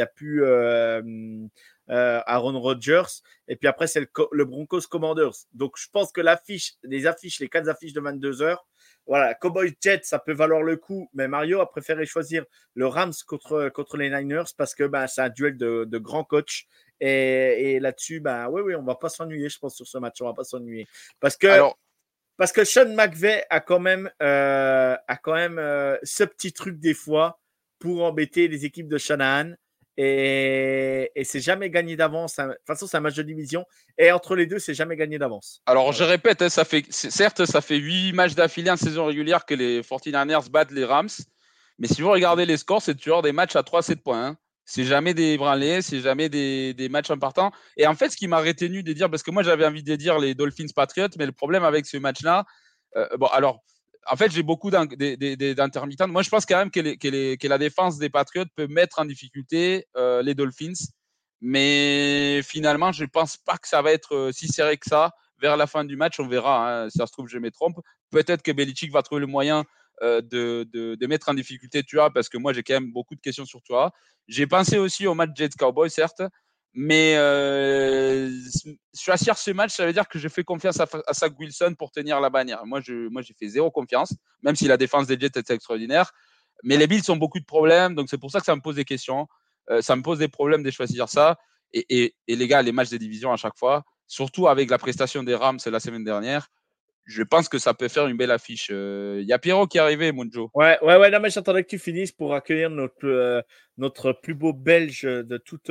Aaron Rodgers. Et puis après, c'est le Broncos Commanders. Donc, je pense que les 4 affiches de 22h, voilà, Cowboys Jets, ça peut valoir le coup. Mais Mario a préféré choisir le Rams contre les Niners parce que c'est un duel de grands coachs. Et là-dessus, oui, on va pas s'ennuyer, je pense, sur ce match. On va pas s'ennuyer. Parce que Sean McVay a quand même ce petit truc des fois pour embêter les équipes de Shanahan. Et c'est jamais gagné d'avance. De toute façon, c'est un match de division. Et entre les deux, c'est jamais gagné d'avance. Alors, je répète, ça fait 8 matchs d'affilée en saison régulière que les 49ers battent les Rams. Mais si vous regardez les scores, c'est toujours des matchs à 3-7 points. Hein. C'est jamais des branlés, c'est jamais des matchs en partant. Et en fait, ce qui m'a retenu de dire, parce que moi, j'avais envie de dire les Dolphins Patriots, mais le problème avec ce match-là, en fait, j'ai beaucoup d'intermittents. Moi, je pense quand même que la défense des Patriots peut mettre en difficulté les Dolphins. Mais finalement, je ne pense pas que ça va être si serré que ça. Vers la fin du match, on verra. Hein, si ça se trouve, je me trompe. Peut-être que Belichick va trouver le moyen de mettre en difficulté Tua, parce que moi, j'ai quand même beaucoup de questions sur Tua. J'ai pensé aussi au match Jets-Cowboys, certes. Mais choisir ce match, ça veut dire que je fais confiance à Zach Wilson pour tenir la bannière. Moi, j'ai fait zéro confiance, même si la défense des Jets est extraordinaire. Mais les Bills ont beaucoup de problèmes, donc c'est pour ça que ça me pose des questions. Ça me pose des problèmes de choisir ça. Et les gars, les matchs des divisions à chaque fois, surtout avec la prestation des Rams la semaine dernière, je pense que ça peut faire une belle affiche. Il y a Pierrot qui est arrivé, mon Joe. Ouais, non, mais j'attendais que tu finisses pour accueillir notre plus beau Belge de tout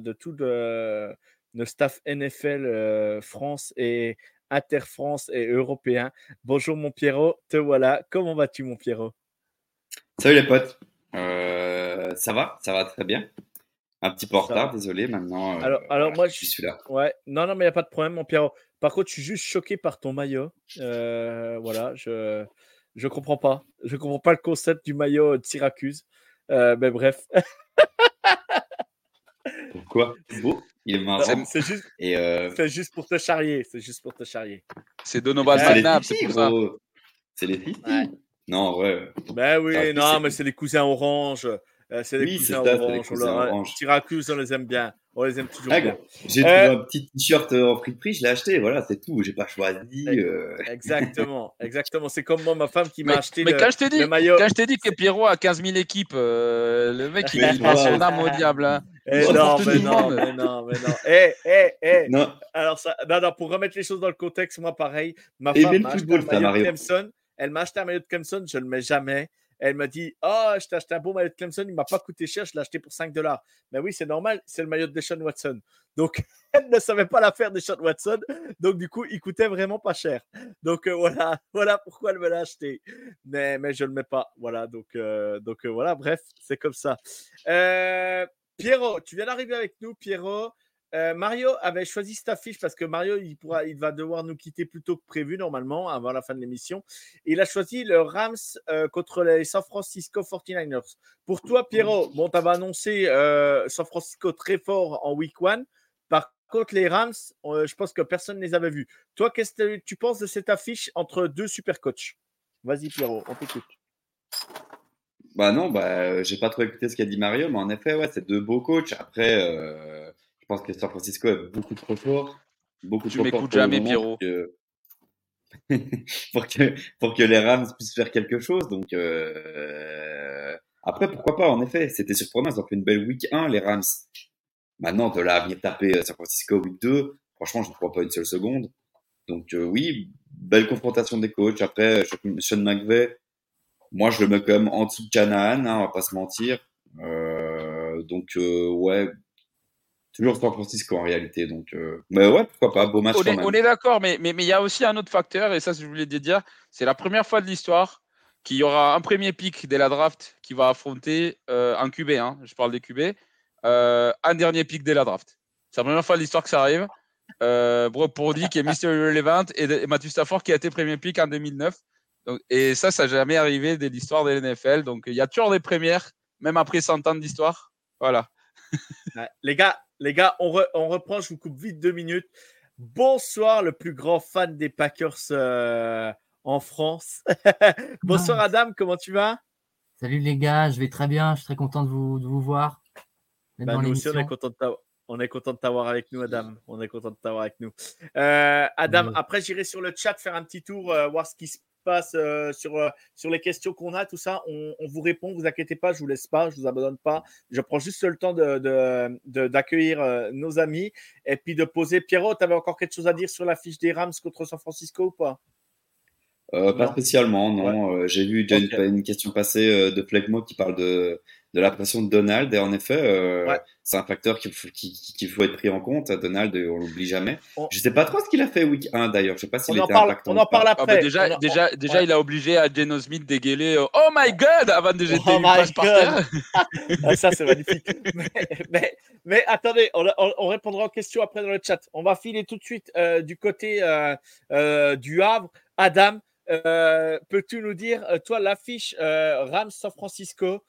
le staff NFL France et Inter-France et européen. Bonjour mon Pierrot, te voilà. Comment vas-tu mon Pierrot? Salut les potes. Ça va très bien. Un petit peu en retard, désolé. Maintenant, alors moi, je suis là. Ouais, non, mais il n'y a pas de problème, mon Pierrot. Par contre, je suis juste choqué par ton maillot. Voilà, je comprends pas. Je comprends pas le concept du maillot de Syracuse. Mais bref. Pourquoi? Beau, il est marrant. C'est juste pour te charrier. C'est Donovan McNabb, c'est pour ça. C'est les filles. Ouais. Non, ouais. Ben oui, mais c'est les cousins orange. C'est les cousins orange. Syracuse, on les aime bien. On les aime toujours bien. J'ai trouvé un petit t-shirt en prix, je l'ai acheté. Voilà, c'est tout. J'ai pas choisi. Exactement. C'est comme moi, ma femme qui m'a acheté le maillot. Quand je t'ai dit que Pierrot a 15 000 équipes, le mec, il met son âme au diable. Hein. Non. Non. Alors ça, non, pour remettre les choses dans le contexte, moi, pareil, ma femme m'a acheté un maillot de Clemson. Elle m'a acheté un maillot de Clemson, je ne le mets jamais. Elle m'a dit « Oh, je t'ai acheté un beau maillot de Clemson, il ne m'a pas coûté cher, je l'ai acheté pour $5. » Mais oui, c'est normal, c'est le maillot de Deshaun Watson. Donc, elle ne savait pas l'affaire de Deshaun Watson. Donc, du coup, il coûtait vraiment pas cher. Donc, voilà pourquoi elle me l'a acheté. Mais je ne le mets pas. Voilà, donc voilà, bref, c'est comme ça. Pierrot, tu viens d'arriver avec nous, Pierrot. Mario avait choisi cette affiche parce que Mario, il va devoir nous quitter plus tôt que prévu, normalement, avant la fin de l'émission. Et il a choisi le Rams contre les San Francisco 49ers. Pour toi, Pierrot, bon, tu avais annoncé San Francisco très fort en week 1. Par contre, les Rams, je pense que personne ne les avait vus. Toi, qu'est-ce que tu penses de cette affiche entre deux super coachs? Vas-y, Pierrot, on t'écoute. Bah non, j'ai pas trop écouté ce qu'a dit Mario, mais en effet, ouais, c'est deux beaux coachs. Après, je pense que San Francisco est beaucoup trop fort. Tu m'écoutes jamais, Pierrot. Pour que les Rams puissent faire quelque chose. Donc, après, pourquoi pas, en effet. C'était surprenant, ils ont fait une belle week 1, les Rams. Maintenant, de là à venir taper San Francisco week 2, franchement, je ne crois pas une seule seconde. Donc, oui, belle confrontation des coachs. Après, Sean McVay, moi, je le mets quand même en dessous de Shanahan, hein, on va pas se mentir. Ouais, toujours San Francisco en réalité. Donc, mais ouais, pourquoi pas, beau match quand même. On est d'accord, mais il y a aussi un autre facteur, et ça, je voulais te dire, c'est la première fois de l'histoire qu'il y aura un premier pick dès la draft qui va affronter un QB, hein, je parle des QB, un dernier pick dès la draft. C'est la première fois de l'histoire que ça arrive. Brock Purdy qui est Mr. Irrelevant et Matthew Stafford qui a été premier pick en 2009. Donc, et ça n'a jamais arrivé dès l'histoire de l'NFL. Donc, il y a toujours des premières, même après 100 ans d'histoire. Voilà. Ouais, les gars, on reprend. Je vous coupe vite 2 minutes. Bonsoir, le plus grand fan des Packers en France. Bonsoir, Adam, comment tu vas? Salut les gars, je vais très bien. Je suis très content de vous voir. Nous aussi, on est content de t'avoir avec nous, Adam. On est content de t'avoir avec nous. Adam, après, j'irai sur le chat faire un petit tour, voir ce qui se passe sur les questions qu'on a, tout ça. On vous répond, vous inquiétez pas, je vous laisse pas, je vous abandonne pas. Je prends juste le temps d'accueillir nos amis et puis de poser. Pierrot, tu avais encore quelque chose à dire sur la fiche des Rams contre San Francisco ou pas? Pas spécialement, non. Ouais. J'ai vu une question passer de Flegmo qui parle de la pression de Donald. Et en effet, c'est un facteur qu'il faut être pris en compte. Donald, on l'oublie jamais. Je sais pas trop ce qu'il a fait week 1 d'ailleurs. Je sais pas s'il était impactant. On en parle après. Déjà, il a obligé à Geno Smith d'égaler Oh my God avant de jeter une passe par terre. Ça, c'est magnifique. mais attendez, on répondra aux questions après dans le chat. On va filer tout de suite du côté du Havre. Adam, peux-tu nous dire, toi, l'affiche Rams San Francisco,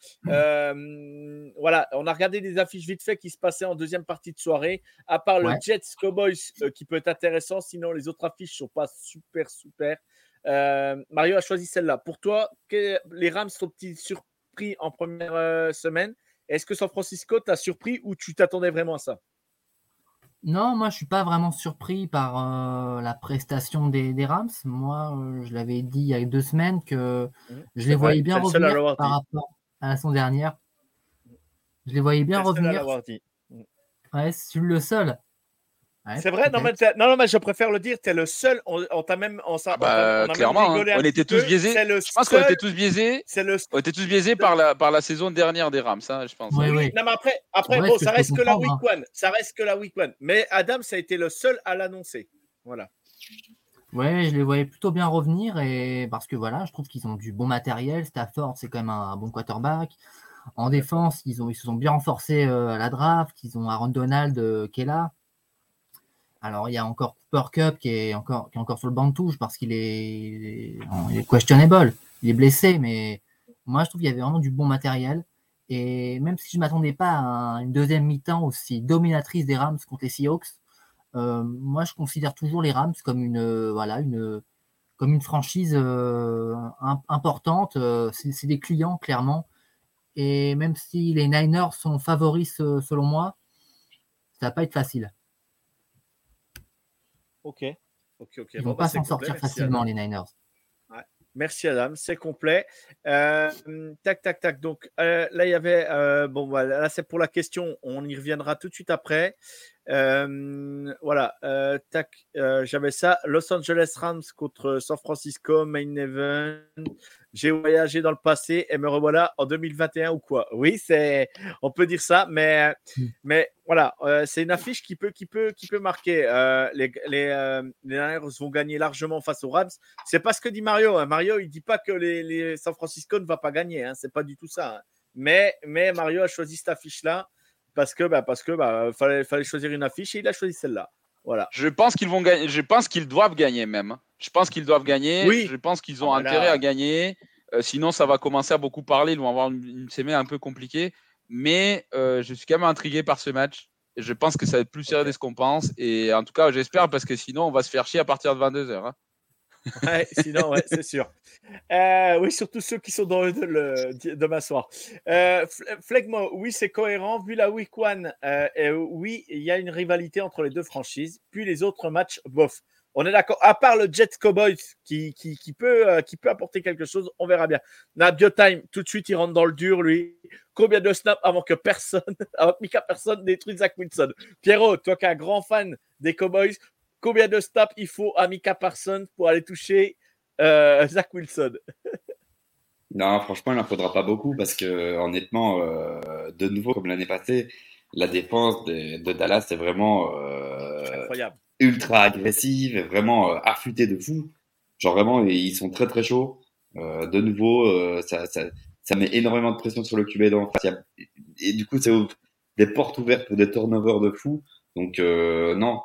voilà, on a regardé des affiches vite fait qui se passaient en deuxième partie de soirée, à part le Jets Cowboys qui peut être intéressant, sinon les autres affiches sont pas super. Mario a choisi celle-là. Pour toi, les Rams sont-ils surpris en première semaine? Est-ce que San Francisco t'a surpris ou tu t'attendais vraiment à ça? Non, moi je suis pas vraiment surpris par la prestation des Rams. Moi, je l'avais dit il y a 2 semaines que je les voyais bien revenir par rapport à la saison dernière. Je les voyais bien revenir. Ouais, c'est le seul. Ouais, c'est vrai, non mais je préfère le dire, tu es le seul. On t'a même. Clairement, on était tous biaisés. Je pense qu'on était tous biaisés. On était tous biaisés par la saison dernière des Rams, hein, je pense. Oui. Non, mais après bon, ça reste que la week 1. Ça reste que la week 1. Mais Adam, ça a été le seul à l'annoncer. Voilà. Ouais, je les voyais plutôt bien revenir et parce que voilà, je trouve qu'ils ont du bon matériel. Stafford, c'est quand même un bon quarterback. En défense, ils se sont bien renforcés à la draft. Ils ont Aaron Donald qui est là. Alors, il y a encore Cooper Kupp qui est encore sur le banc de touche parce qu'il est questionable. Il est blessé, mais moi, je trouve qu'il y avait vraiment du bon matériel. Et même si je ne m'attendais pas à une deuxième mi-temps aussi dominatrice des Rams contre les Seahawks, moi, je considère toujours les Rams comme une franchise importante. C'est des clients, clairement. Et même si les Niners sont favoris selon moi, ça va pas être facile. Ok. Ils ne vont pas s'en sortir facilement, les Niners. Ouais. Merci, Adam. C'est complet. Tac. Donc, là, il y avait... là, c'est pour la question. On y reviendra tout de suite après. Voilà. Tac. J'avais ça. Los Angeles Rams contre San Francisco, main event. J'ai voyagé dans le passé et me revoilà en 2021 ou quoi. Oui, on peut dire ça, mais voilà, c'est une affiche qui peut marquer. Les Niners vont gagner largement face aux Rams. C'est pas ce que dit Mario. Hein. Mario, il dit pas que les San Francisco ne va pas gagner. Hein. C'est pas du tout ça. Hein. Mais Mario a choisi cette affiche-là parce que fallait choisir une affiche et il a choisi celle-là. Voilà. Je pense qu'ils vont gagner. Je pense qu'ils doivent gagner même. Je pense qu'ils doivent gagner. Oui. Je pense qu'ils ont intérêt à gagner. Sinon, ça va commencer à beaucoup parler. Ils vont avoir une semaine un peu compliquée. Mais je suis quand même intrigué par ce match. Et je pense que ça va être plus sérieux de ce qu'on pense. Et en tout cas, j'espère parce que sinon, on va se faire chier à partir de 22h. Hein. Ouais, sinon, ouais, c'est sûr. Oui, surtout ceux qui sont dans demain soir. Flegmo, oui, c'est cohérent. Vu la week 1, oui, il y a une rivalité entre les deux franchises. Puis les autres matchs, bof. On est d'accord. À part le Jets Cowboys qui peut apporter quelque chose, on verra bien. Biotime, tout de suite, il rentre dans le dur, lui. Combien de snaps avant que Micah personne détruise Zach Wilson? Pierrot, toi qui es un grand fan des Cowboys, combien de snaps il faut à Micah Parsons pour aller toucher Zach Wilson? Non, franchement, il n'en faudra pas beaucoup parce que, honnêtement, de nouveau, comme l'année passée, la défense de Dallas est vraiment incroyable. Ultra agressive, vraiment affûtée de fou. Genre vraiment, ils sont très très chauds. De nouveau, ça met énormément de pression sur le QB d'en face. Et du coup, ça ouvre des portes ouvertes pour des turnovers de fou. Donc non,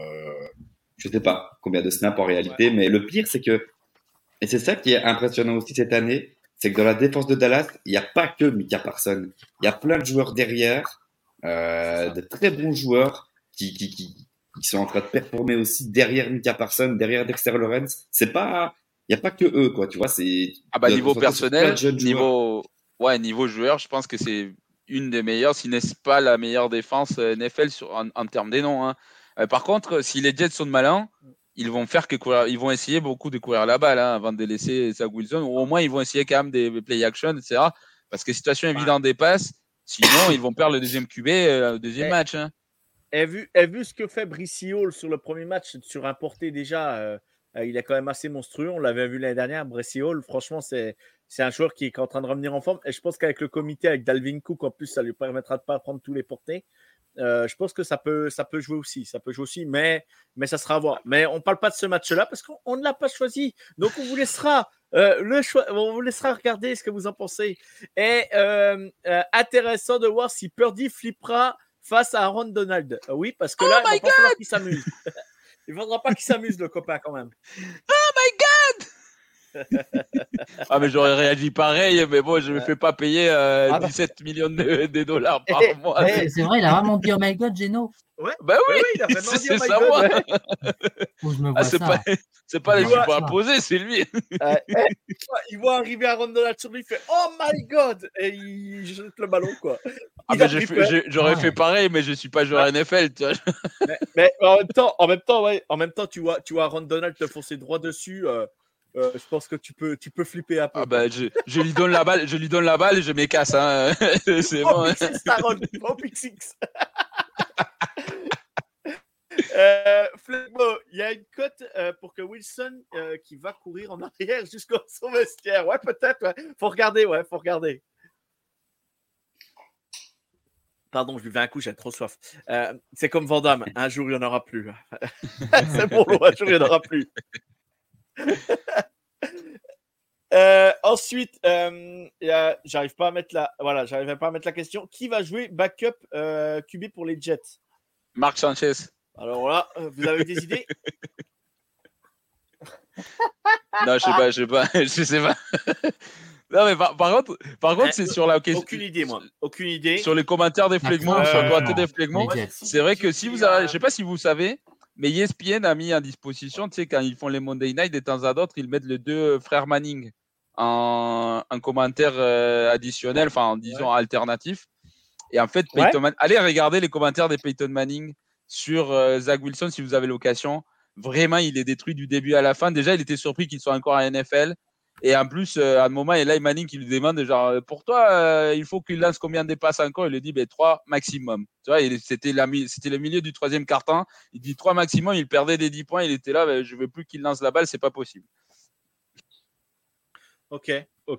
je sais pas combien de snaps en réalité, mais le pire c'est que, et c'est ça qui est impressionnant aussi cette année, c'est que dans la défense de Dallas, il n'y a pas que Micah Parsons. Il y a plein de joueurs derrière, de très bons joueurs qui sont en train de performer aussi derrière Micah Parsons, derrière Dexter Lawrence. Il n'y a pas que eux, quoi, tu vois, c'est. Niveau personnel, niveau joueur, je pense que c'est une des meilleures, si n'est pas la meilleure défense NFL en termes des noms. Hein. Par contre, si les Jets sont malins, ils vont essayer beaucoup de courir la balle avant de laisser Zach Wilson, ou au moins ils vont essayer quand même des play action, etc. Parce que situation évidente des passes, sinon ils vont perdre le deuxième QB, le deuxième match. Hein. Et vu ce que fait Brissy Hall sur le premier match sur un porté déjà, il est quand même assez monstrueux. On l'avait vu l'année dernière, Brissy Hall. Franchement, c'est un joueur qui est en train de revenir en forme. Et je pense qu'avec le comité, avec Dalvin Cook, en plus, ça lui permettra de ne pas prendre tous les portés. Je pense que ça peut jouer aussi. Ça peut jouer aussi, mais ça sera à voir. Mais on ne parle pas de ce match-là parce qu'on ne l'a pas choisi. Donc, on vous laissera on vous laissera regarder ce que vous en pensez. Et intéressant de voir si Purdy flippera face à Aaron Donald. Oui, parce que là, il va pas falloir qu'il s'amuse. Il ne faudra pas qu'il s'amuse, le copain, quand même. Oh my God! Ah, mais j'aurais réagi pareil, mais bon, je ne me fais pas payer 17 millions de dollars par mois. C'est vrai, il a vraiment dit oh my God, Geno. Ouais, bah oui, il a vraiment dit c'est ça, moi. Faut que je me vois ça. C'est pas les superposés, c'est lui. Il voit arriver Aaron Donald sur lui, il fait oh my God, et il jette le ballon, quoi. J'aurais fait pareil, mais je suis pas joueur NFL, tu vois. Mais en même temps, tu vois Aaron Donald te foncer droit dessus. Je pense que tu peux flipper un peu. Ah bah, je lui donne la balle, et je me casse. Hein. C'est bon. Pick six. Flegmo, il y a une cote pour que Wilson qui va courir en arrière jusqu'au son vestiaire. Ouais, peut-être. Ouais. Faut regarder. Pardon, je buvais un coup, j'ai trop soif. C'est comme Van Damme. Un jour, il n'y en aura plus. C'est bon, un jour, il n'y en aura plus. Ensuite, j'arrive pas à mettre la question. Qui va jouer backup QB pour les Jets? Mark Sanchez. Alors là, vous avez des idées? Non, je sais pas. Non, mais par contre, c'est sur la question. Aucune idée. Sur les commentaires des Flegmont, sur le côté des Flegmont, c'est vrai que si vous avez, je sais pas si vous savez, mais ESPN a mis à disposition, tu sais, quand ils font les Monday Night, de temps à autre, ils mettent les deux frères Manning en commentaire additionnel, enfin, disons alternatif. Et en fait, allez regarder les commentaires des Peyton Manning sur Zach Wilson si vous avez l'occasion. Vraiment, il est détruit du début à la fin. Déjà, il était surpris qu'il soit encore à NFL. Et en plus, à un moment, il y a Eli Manning qui lui demande, genre, pour toi, il faut qu'il lance combien de passes encore? Il lui dit, 3 maximum. Tu vois, c'était le milieu du troisième quart-temps. Il dit 3 maximum, il perdait des 10 points. Il était là, je veux plus qu'il lance la balle, c'est pas possible. Ok.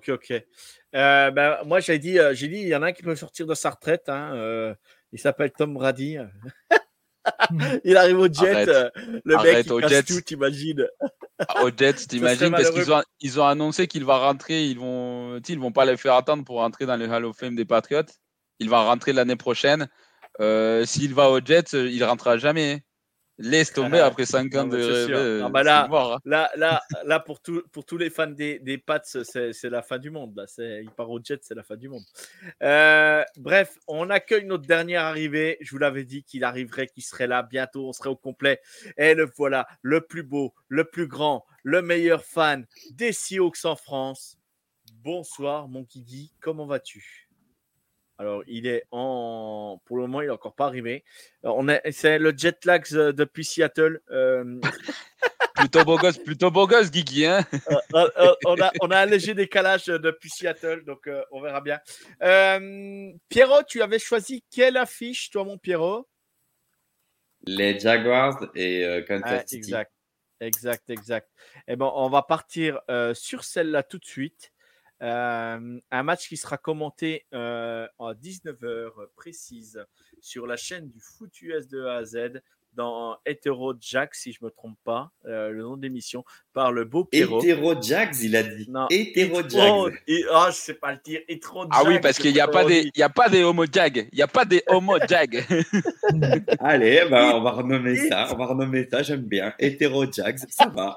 Moi, j'ai dit, il y en a un qui peut sortir de sa retraite. Hein, il s'appelle Tom Brady. Il arrive au Jet. Le mec, il casse tout, t'imagines. Au Jets, t'imagines, parce qu'ils ont annoncé qu'il va rentrer. Ils vont pas le faire attendre pour rentrer dans le Hall of Fame des Patriots. Il va rentrer l'année prochaine. S'il va au Jets, il rentrera jamais. Laisse tomber après 5 ans de mort. Là, pour tous les fans des Pats, c'est la fin du monde. Là. Il part au Jet, c'est la fin du monde. Bref, on accueille notre dernière arrivée. Je vous l'avais dit qu'il arriverait, qu'il serait là bientôt. On serait au complet. Et le voilà, le plus beau, le plus grand, le meilleur fan des Seahawks en France. Bonsoir, mon Guigui. Comment vas-tu? Alors, pour le moment, il n'est encore pas arrivé. C'est le jet lag depuis Seattle. Plutôt beau gosse, Guigui. Hein. On a un léger décalage depuis Seattle, donc on verra bien. Pierrot, tu avais choisi quelle affiche, toi, mon Pierrot? Les Jaguars et Kansas City. Exact. Eh ben, on va partir sur celle-là tout de suite. Un match qui sera commenté à 19h précise sur la chaîne du Foot US de A à Z dans Hetero Jack, si je ne me trompe pas, le nom d'émission, par le beau Pierrot. Hetero Jags, il a dit. Non, Hetero Jags. Je sais pas le dire. Hetero Jack. Ah oui, parce qu'il n'y a pas des homo jag. Il n'y a pas des homo jag. Allez, on va renommer ça. J'aime bien. Hetero Jags, ça va.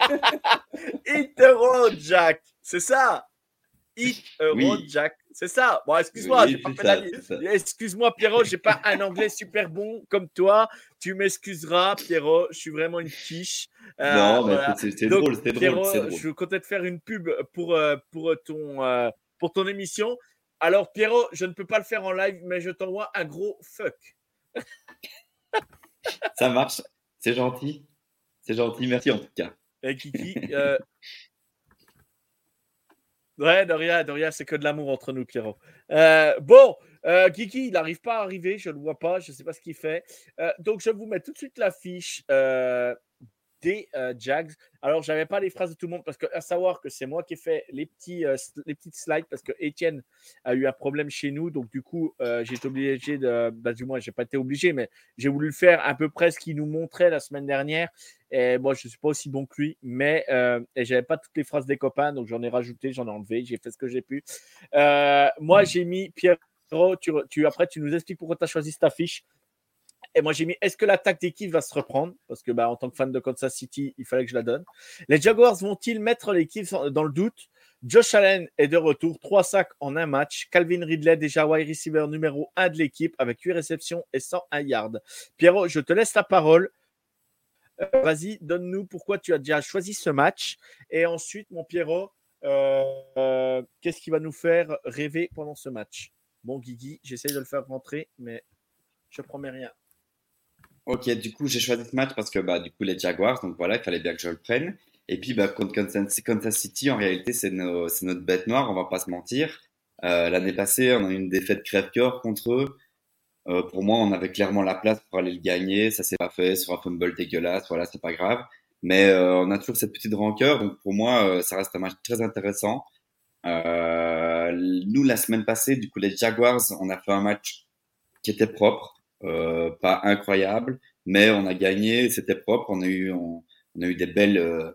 Hetero Jack, c'est ça. Oui. Jack, c'est ça. Bon, excuse-moi, oui, j'ai pas fait excuse-moi, Pierrot, j'ai pas un anglais super bon comme toi. Tu m'excuseras, Pierrot. Je suis vraiment une quiche. Non, mais voilà. c'est drôle, c'est Pierrot, drôle. je comptais te faire une pub pour ton émission. Alors, Pierrot, je ne peux pas le faire en live, mais je t'envoie un gros fuck. Ça marche. C'est gentil. Merci en tout cas. Et Kiki. Ouais, de rien, c'est que de l'amour entre nous, Pierrot. Kiki, il n'arrive pas à arriver, je ne le vois pas, je ne sais pas ce qu'il fait. Donc, je vous mets tout de suite l'affiche des Jags. Alors, je n'avais pas les phrases de tout le monde parce que, à savoir que c'est moi qui ai fait les petites slides parce que Étienne a eu un problème chez nous. Donc, du coup, j'ai été obligé du moins, je n'ai pas été obligé, mais j'ai voulu le faire à peu près ce qu'il nous montrait la semaine dernière. Et moi, je ne suis pas aussi bon que lui, mais et je n'avais pas toutes les phrases des copains, donc j'en ai rajouté, j'en ai enlevé, j'ai fait ce que j'ai pu. Moi, j'ai mis Pierrot, après, tu nous expliques pourquoi tu as choisi cette affiche. Et moi, j'ai mis est-ce que l'attaque d'équipe va se reprendre? Parce que, en tant que fan de Kansas City, il fallait que je la donne. Les Jaguars vont-ils mettre l'équipe dans le doute? Josh Allen est de retour, 3 sacs en un match. Calvin Ridley, déjà wide receiver numéro 1 de l'équipe, avec 8 réceptions et 101 yards. Pierrot, je te laisse la parole. Vas-y, donne-nous pourquoi tu as déjà choisi ce match. Et ensuite, mon Pierrot, qu'est-ce qui va nous faire rêver pendant ce match? Bon, Guigui, j'essaie de le faire rentrer, mais je promets rien. Ok, du coup, j'ai choisi ce match parce que du coup, les Jaguars, donc voilà, il fallait bien que je le prenne. Et puis, contre Kansas City, en réalité, c'est notre bête noire, on va pas se mentir. L'année passée, on a eu une défaite crève-cœur contre eux. Pour moi, on avait clairement la place pour aller le gagner. Ça s'est pas fait sur un fumble dégueulasse, voilà, c'est pas grave. Mais on a toujours cette petite rancœur, donc pour moi, ça reste un match très intéressant. Nous, la semaine passée, du coup, les Jaguars, on a fait un match qui était propre. Pas incroyable, mais on a gagné, c'était propre. On a eu des belles,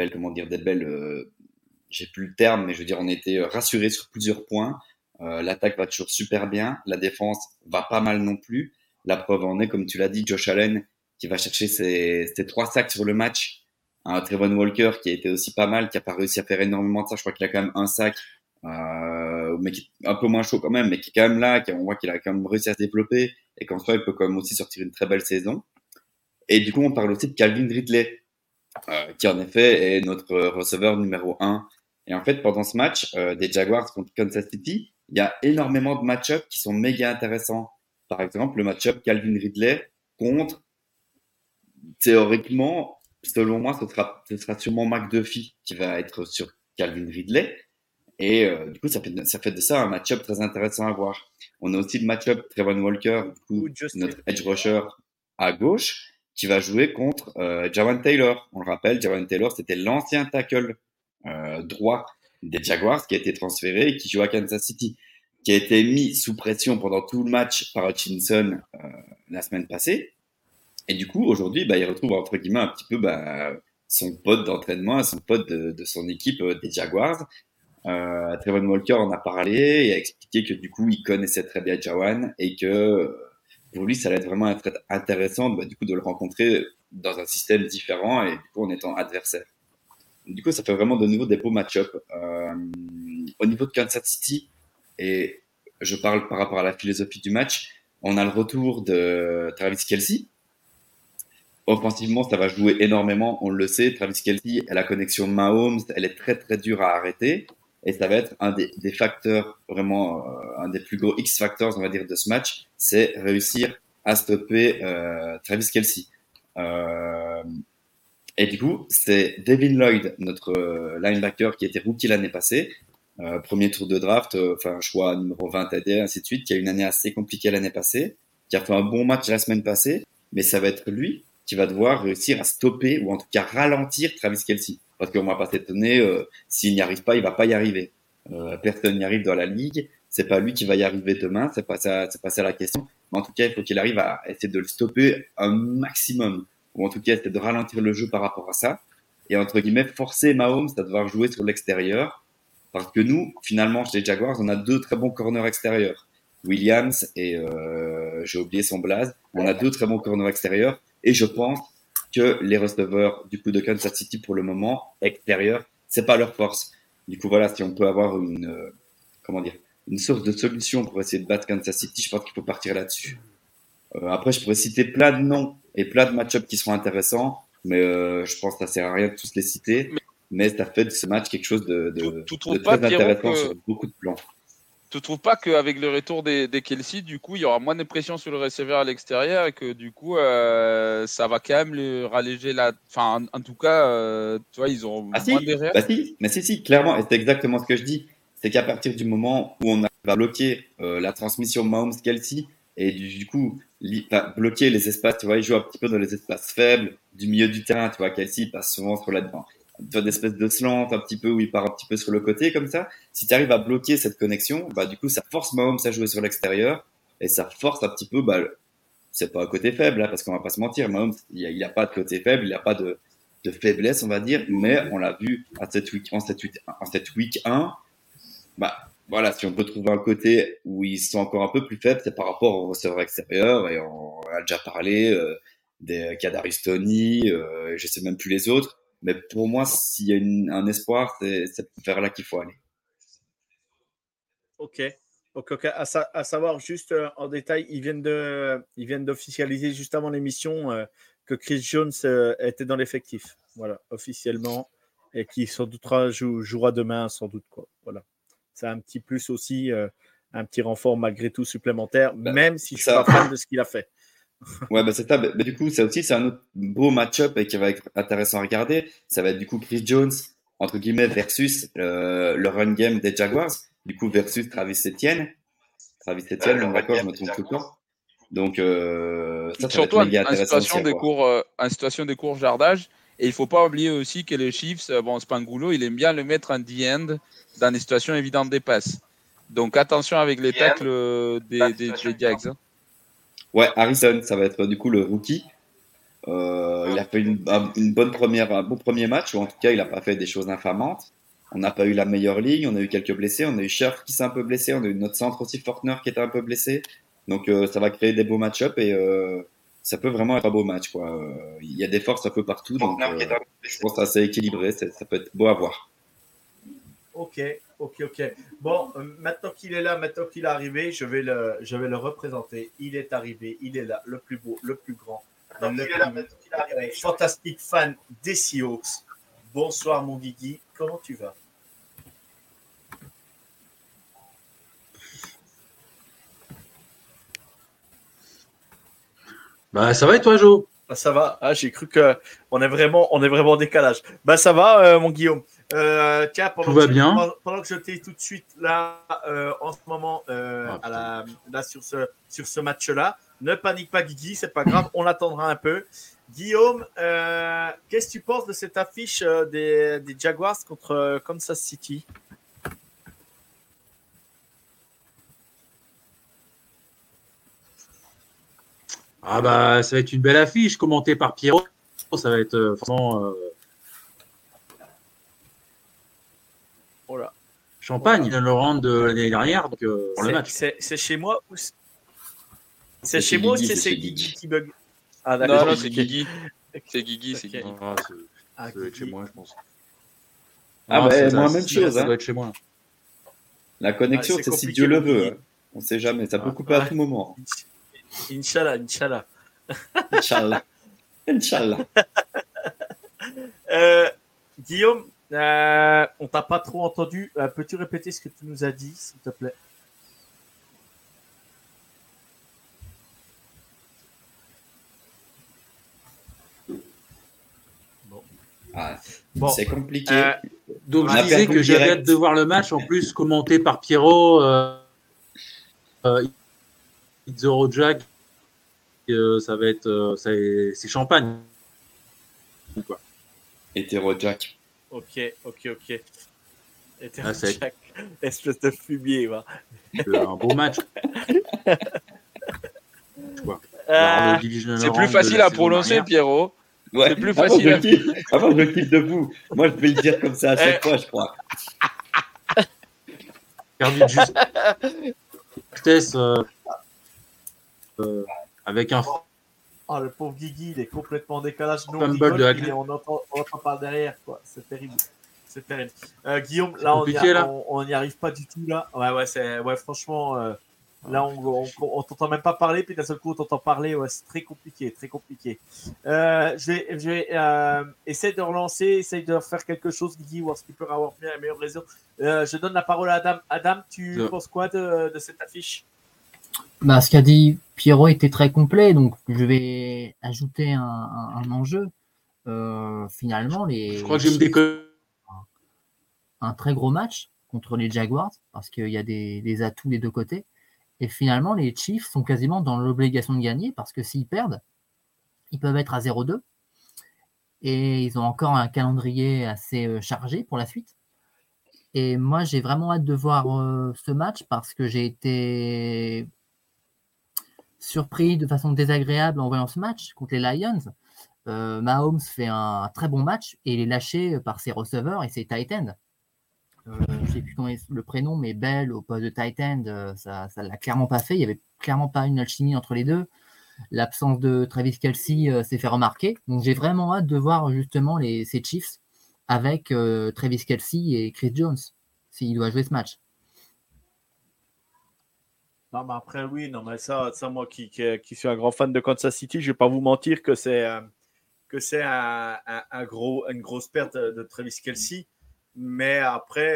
j'ai plus le terme, mais je veux dire, on était rassurés sur plusieurs points. L'attaque va toujours super bien, la défense va pas mal non plus. La preuve en est, comme tu l'as dit, Josh Allen qui va chercher ses 3 sacs sur le match. Trevon Walker qui a été aussi pas mal, qui a pas réussi à faire énormément de ça. Je crois qu'il a quand même un sac, mais qui est un peu moins chaud quand même, mais qui est quand même là. On voit qu'il a quand même réussi à se développer et qu'en soi, il peut quand même aussi sortir une très belle saison. Et du coup, on parle aussi de Calvin Ridley, qui en effet est notre receveur numéro 1. Et en fait, pendant ce match des Jaguars contre Kansas City, il y a énormément de match-ups qui sont méga intéressants. Par exemple, le match-up Calvin Ridley contre, théoriquement, selon moi, ce sera sûrement McDuffie qui va être Calvin Ridley. Et du coup, ça fait de ça un match-up très intéressant à voir. On a aussi le match-up Trevon Walker, du coup, notre edge rusher à gauche, qui va jouer contre Jawan Taylor. On le rappelle, Jawan Taylor, c'était l'ancien tackle droit des Jaguars qui a été transféré et qui joue à Kansas City, qui a été mis sous pression pendant tout le match par Hutchinson la semaine passée. Et du coup, aujourd'hui, il retrouve entre guillemets un petit peu son pote d'entraînement, son pote de son équipe des Jaguars. Trevon Walker en a parlé et a expliqué que du coup, il connaissait très bien Jawan et que pour lui, ça allait être vraiment être intéressant du coup, de le rencontrer dans un système différent et du coup, en étant adversaire. Du coup, ça fait vraiment de nouveau des beaux match-up. Au niveau de Kansas City, et je parle par rapport à la philosophie du match, on a le retour de Travis Kelce. Offensivement, ça va jouer énormément, on le sait. Travis Kelce, la connexion Mahomes, elle est très très dure à arrêter. Et ça va être un des facteurs, vraiment un des plus gros X-factors, on va dire, de ce match, c'est réussir à stopper Travis Kelce. Et du coup, c'est Devin Lloyd, notre linebacker qui était rookie l'année passée, premier tour de draft, choix numéro 20 AD, ainsi de suite, qui a eu une année assez compliquée l'année passée, qui a fait un bon match la semaine passée, mais ça va être lui qui va devoir réussir à stopper ou en tout cas ralentir Travis Kelce. Parce qu'on va pas s'étonner, s'il n'y arrive pas, il va pas y arriver. Personne n'y arrive dans la ligue. C'est pas lui qui va y arriver demain. C'est pas ça la question. Mais en tout cas, il faut qu'il arrive à essayer de le stopper un maximum. Ou en tout cas, essayer de ralentir le jeu par rapport à ça. Et entre guillemets, forcer Mahomes à devoir jouer sur l'extérieur. Parce que nous, finalement, chez les Jaguars, on a deux très bons corners extérieurs. Williams et j'ai oublié son blaze. On a deux très bons corners extérieurs. Et je pense que les receveurs du coup de Kansas City pour le moment extérieurs, c'est pas leur force. Du coup voilà, si on peut avoir une source de solution pour essayer de battre Kansas City, je pense qu'il faut partir là-dessus. Après, je pourrais citer plein de noms et plein de match-ups qui seront intéressants, mais je pense que ça sert à rien de tous les citer. Mais ça fait de ce match quelque chose de très intéressant sur beaucoup de plans. Tu ne trouves pas qu'avec le retour des Kelce, du coup, il y aura moins de pression sur le receveur à l'extérieur et que du coup, ça va quand même le ralléger la. Enfin, en tout cas, tu vois, ils auront moins d'erreurs. Si, clairement, et c'est exactement ce que je dis. C'est qu'à partir du moment où on va bloquer la transmission Mahomes-Kelce et du coup, bloquer les espaces, tu vois, il joue un petit peu dans les espaces faibles du milieu du terrain, tu vois, Kelce passe souvent sur là-dedans. Une espèce de slant un petit peu où il part un petit peu sur le côté comme ça. Si tu arrives à bloquer cette connexion, du coup ça force Mahomes à jouer sur l'extérieur et ça force un petit peu c'est pas un côté faible parce qu'on va pas se mentir, Mahomes il a pas de côté faible, il a pas de faiblesse on va dire, mais on l'a vu en cette week 1 voilà, si on peut trouver un côté où ils sont encore un peu plus faibles, c'est par rapport au receveur extérieur et on a déjà parlé des Kadarius Toney, je sais même plus les autres. Mais pour moi, s'il y a un espoir, c'est vers là qu'il faut aller. Ok. À savoir, juste en détail, ils viennent d'officialiser juste avant l'émission que Chris Jones était dans l'effectif. Voilà, officiellement. Et qui sans doute jouera demain, sans doute. Quoi. Voilà. C'est un petit plus aussi, un petit renfort malgré tout supplémentaire, même si je suis pas fan de ce qu'il a fait. Ouais, c'est ça. Du coup, ça aussi, c'est un autre beau match-up et qui va être intéressant à regarder. Ça va être du coup Chris Jones, entre guillemets, versus le run game des Jaguars. Du coup, versus Travis Etienne, d'accord, je me trompe tout le temps. Donc, ça surtout va être intéressant en situation des courts jardages. Et il ne faut pas oublier aussi que les Chiefs, Spangulo, il aime bien le mettre en D-end dans des situations évidentes des passes. Donc, attention avec les tacles des Jags. Ouais, Harrison, ça va être du coup le rookie. Il a fait un bon premier match, ou en tout cas, il n'a pas fait des choses infamantes. On n'a pas eu la meilleure ligne, on a eu quelques blessés, on a eu Scherf qui s'est un peu blessé, on a eu notre centre aussi, Fortner, qui était un peu blessé. Donc, ça va créer des beaux match-ups et ça peut vraiment être un beau match, quoi. Il y a des forces un peu partout, donc je pense que c'est assez équilibré, ça peut être beau à voir. Ok. Bon, maintenant qu'il est là, maintenant qu'il est arrivé, je vais le représenter. Il est arrivé, il est là, le plus beau, le plus grand, fantastique fan des Seahawks. Bonsoir mon Guigui, comment tu vas? Ça va et toi, Jo? Ça va. J'ai cru qu'on est vraiment en décalage. Ça va, mon Guillaume. Tiens, Tout va bien. Pendant que je t'ai tout de suite là, en ce moment, là sur ce match-là, ne panique pas, Guigui, c'est pas grave, on l'attendra un peu. Guillaume, qu'est-ce que tu penses de cette affiche des Jaguars contre Kansas City? Ah bah, ça va être une belle affiche commentée par Pierrot. Ça va être vraiment Voilà. champagne. Il vient de le rendre de l'année dernière donc, pour le match. C'est chez moi ou c'est chez moi ou c'est Guigui qui bug? Ah d'accord. Non, c'est Guigui. C'est Guigui, c'est Guigui. Ça doit être chez moi, je pense. Ah bah, moi, même chose. Ça doit être chez moi. La connexion, c'est si Dieu le veut. Hein. On ne sait jamais, ça peut couper à tout moment. Inch'Allah. Inch'Allah. Inch'Allah. Guillaume, on t'a pas trop entendu. Peux-tu répéter ce que tu nous as dit, s'il te plaît? Bon. C'est compliqué. Donc je disais que j'ai hâte de voir le match, en plus commenté par Pierrot, It's Zero Jack, ça va être, c'est champagne. Quoi. Hétéro Jack. Ok. Hétéro Jack, espèce de fumier, va. Un beau match. C'est plus facile à prononcer, Pierrot. Ouais. C'est plus facile. Avant, je kiffe debout. Moi, je vais le dire comme ça à chaque fois, je crois. Perdu de justesse avec un. Oh, le pauvre Guigui, il est complètement en décalage. Nous, on entend par derrière, quoi. C'est terrible. Guillaume, là, on n'y arrive pas du tout, là. Ouais, franchement. Là, on t'entend même pas parler, puis d'un seul coup, on t'entend parler. Ouais, c'est très compliqué. Je vais essayer de relancer, essayer de faire quelque chose, Guigui, voir ce qui peut avoir bien la meilleure raison. Je donne la parole à Adam. Adam, tu penses quoi de cette affiche? Bah, ce qu'a dit Pierrot était très complet, donc je vais ajouter un enjeu. Finalement, je crois que je me déconne. Un très gros match contre les Jaguars, parce qu'il y a des atouts des deux côtés. Et finalement, les Chiefs sont quasiment dans l'obligation de gagner parce que s'ils perdent, ils peuvent être à 0-2. Et ils ont encore un calendrier assez chargé pour la suite. Et moi, j'ai vraiment hâte de voir ce match parce que j'ai été surpris de façon désagréable en voyant ce match contre les Lions. Mahomes fait un très bon match et il est lâché par ses receveurs et ses tight ends. Je ne sais plus comment est le prénom, mais Bell au poste de tight end, ça ne l'a clairement pas fait. Il n'y avait clairement pas une alchimie entre les deux. L'absence de Travis Kelce s'est fait remarquer. Donc j'ai vraiment hâte de voir justement ces Chiefs avec Travis Kelce et Chris Jones, s'il doit jouer ce match. Non, mais après, oui, non, mais ça moi qui suis un grand fan de Kansas City, je ne vais pas vous mentir que c'est une grosse perte de Travis Kelce. Mais après,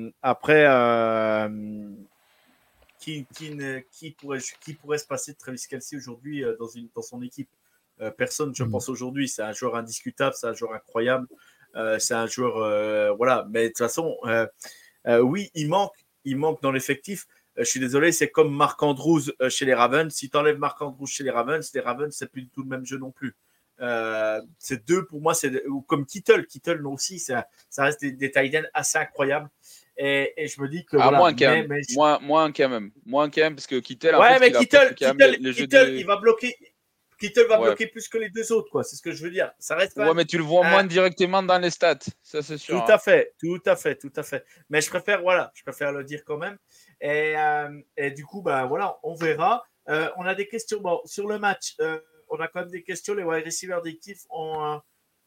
qui pourrait se passer de Travis Kelce aujourd'hui dans son équipe? Personne, je pense, aujourd'hui. C'est un joueur indiscutable, c'est un joueur incroyable, c'est un joueur voilà. Mais de toute façon, oui, il manque dans l'effectif. Je suis désolé, c'est comme Mark Andrews chez les Ravens. Si tu enlèves Mark Andrews chez les Ravens, c'est plus du tout le même jeu non plus. C'est deux pour moi, c'est comme Kittle aussi, ça reste des tight ends assez incroyables et je me dis que moins quand même parce que Kittle mais Kittle il va bloquer. Kittle va bloquer plus que les deux autres, quoi. C'est ce que je veux dire. Ça reste. Mais tu le vois moins directement dans les stats, ça c'est sûr. Tout à fait. Mais je préfère le dire quand même. Et du coup, on verra. On a des questions sur le match. On a quand même des questions. Les wide receivers des Chiefs ont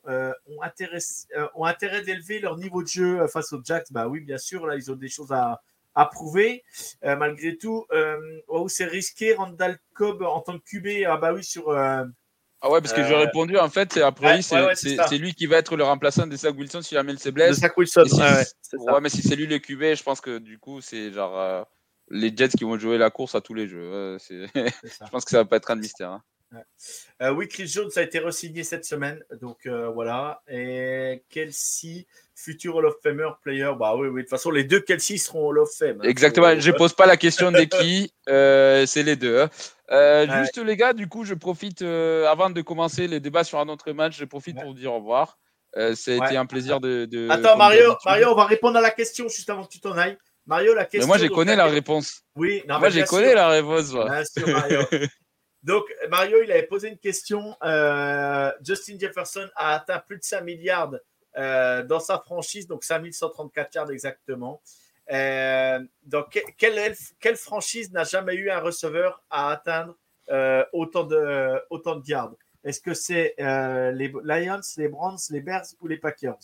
intérêt d'élever leur niveau de jeu face aux Jacks. Bah oui, bien sûr. Là, ils ont des choses à prouver. Malgré tout, c'est risqué. Randall Cobb en tant que QB. Ah bah oui, sur. Parce que j'ai répondu, en fait, c'est lui qui va être le remplaçant de Zach Wilson si jamais il se blesse. De Zach Wilson, mais si c'est lui le QB, je pense que du coup, c'est genre les Jets qui vont jouer la course à tous les jeux. Je pense que ça va pas être un mystère. Hein. Oui, Chris Jones a été re-signé cette semaine. Donc voilà. Et Kelsey, futur Hall of Famer player. Bah oui, de toute façon, les deux Kelsey seront Hall of Fame. Exactement, je pose pas la question des qui, c'est les deux. Hein. Juste les gars, du coup, je profite, avant de commencer les débats sur un autre match, je profite pour vous dire au revoir. Ça a été un plaisir de Attends, Mario, on va répondre à la question juste avant que tu t'en ailles. Mario, la question. Mais moi, j'ai connais la réponse. Oui, non, moi, j'ai connais la réponse. Bien sûr, Mario. Donc, Mario, il avait posé une question. Justin Jefferson a atteint plus de 5 milliards dans sa franchise, donc 5134 yards exactement. Donc, quelle franchise n'a jamais eu un receveur à atteindre autant de yards? Est-ce que c'est les Lions, les Browns, les Bears ou les Packers?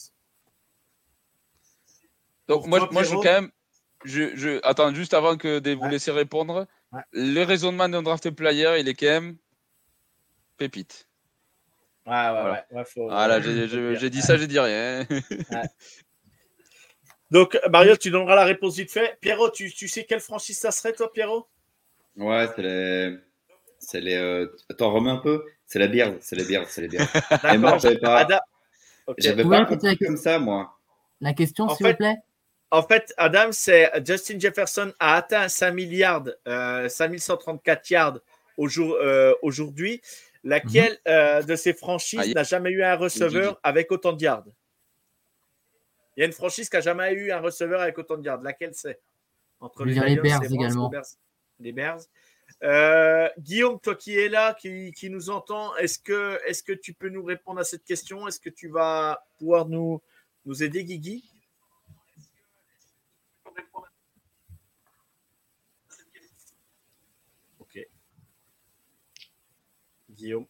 Donc, moi, je quand même. Attends, juste avant de vous laisser répondre, le raisonnement d'un draft player, il est quand même pépite. Voilà, j'ai dit ça, j'ai dit rien. Donc, Mario, tu donneras la réponse vite fait. Pierrot, tu sais quelle franchise ça serait, toi, Pierrot? Ouais, c'est les. Attends, remets un peu. C'est les Bears. Et moi, j'avais pas compris comme ça, moi. La question, s'il vous plaît. En fait, Adam, c'est Justin Jefferson a atteint 5 milliards, 5134 yards aujourd'hui. Laquelle de ces franchises n'a jamais eu un receveur avec autant de yards? Il y a une franchise qui n'a jamais eu un receveur avec autant de yards. Laquelle c'est? Entre les Bears également. Les Bears. Guillaume, toi qui es là, qui nous entend, est-ce que tu peux nous répondre à cette question? Est-ce que tu vas pouvoir nous aider, Guigui? Ok. Guillaume.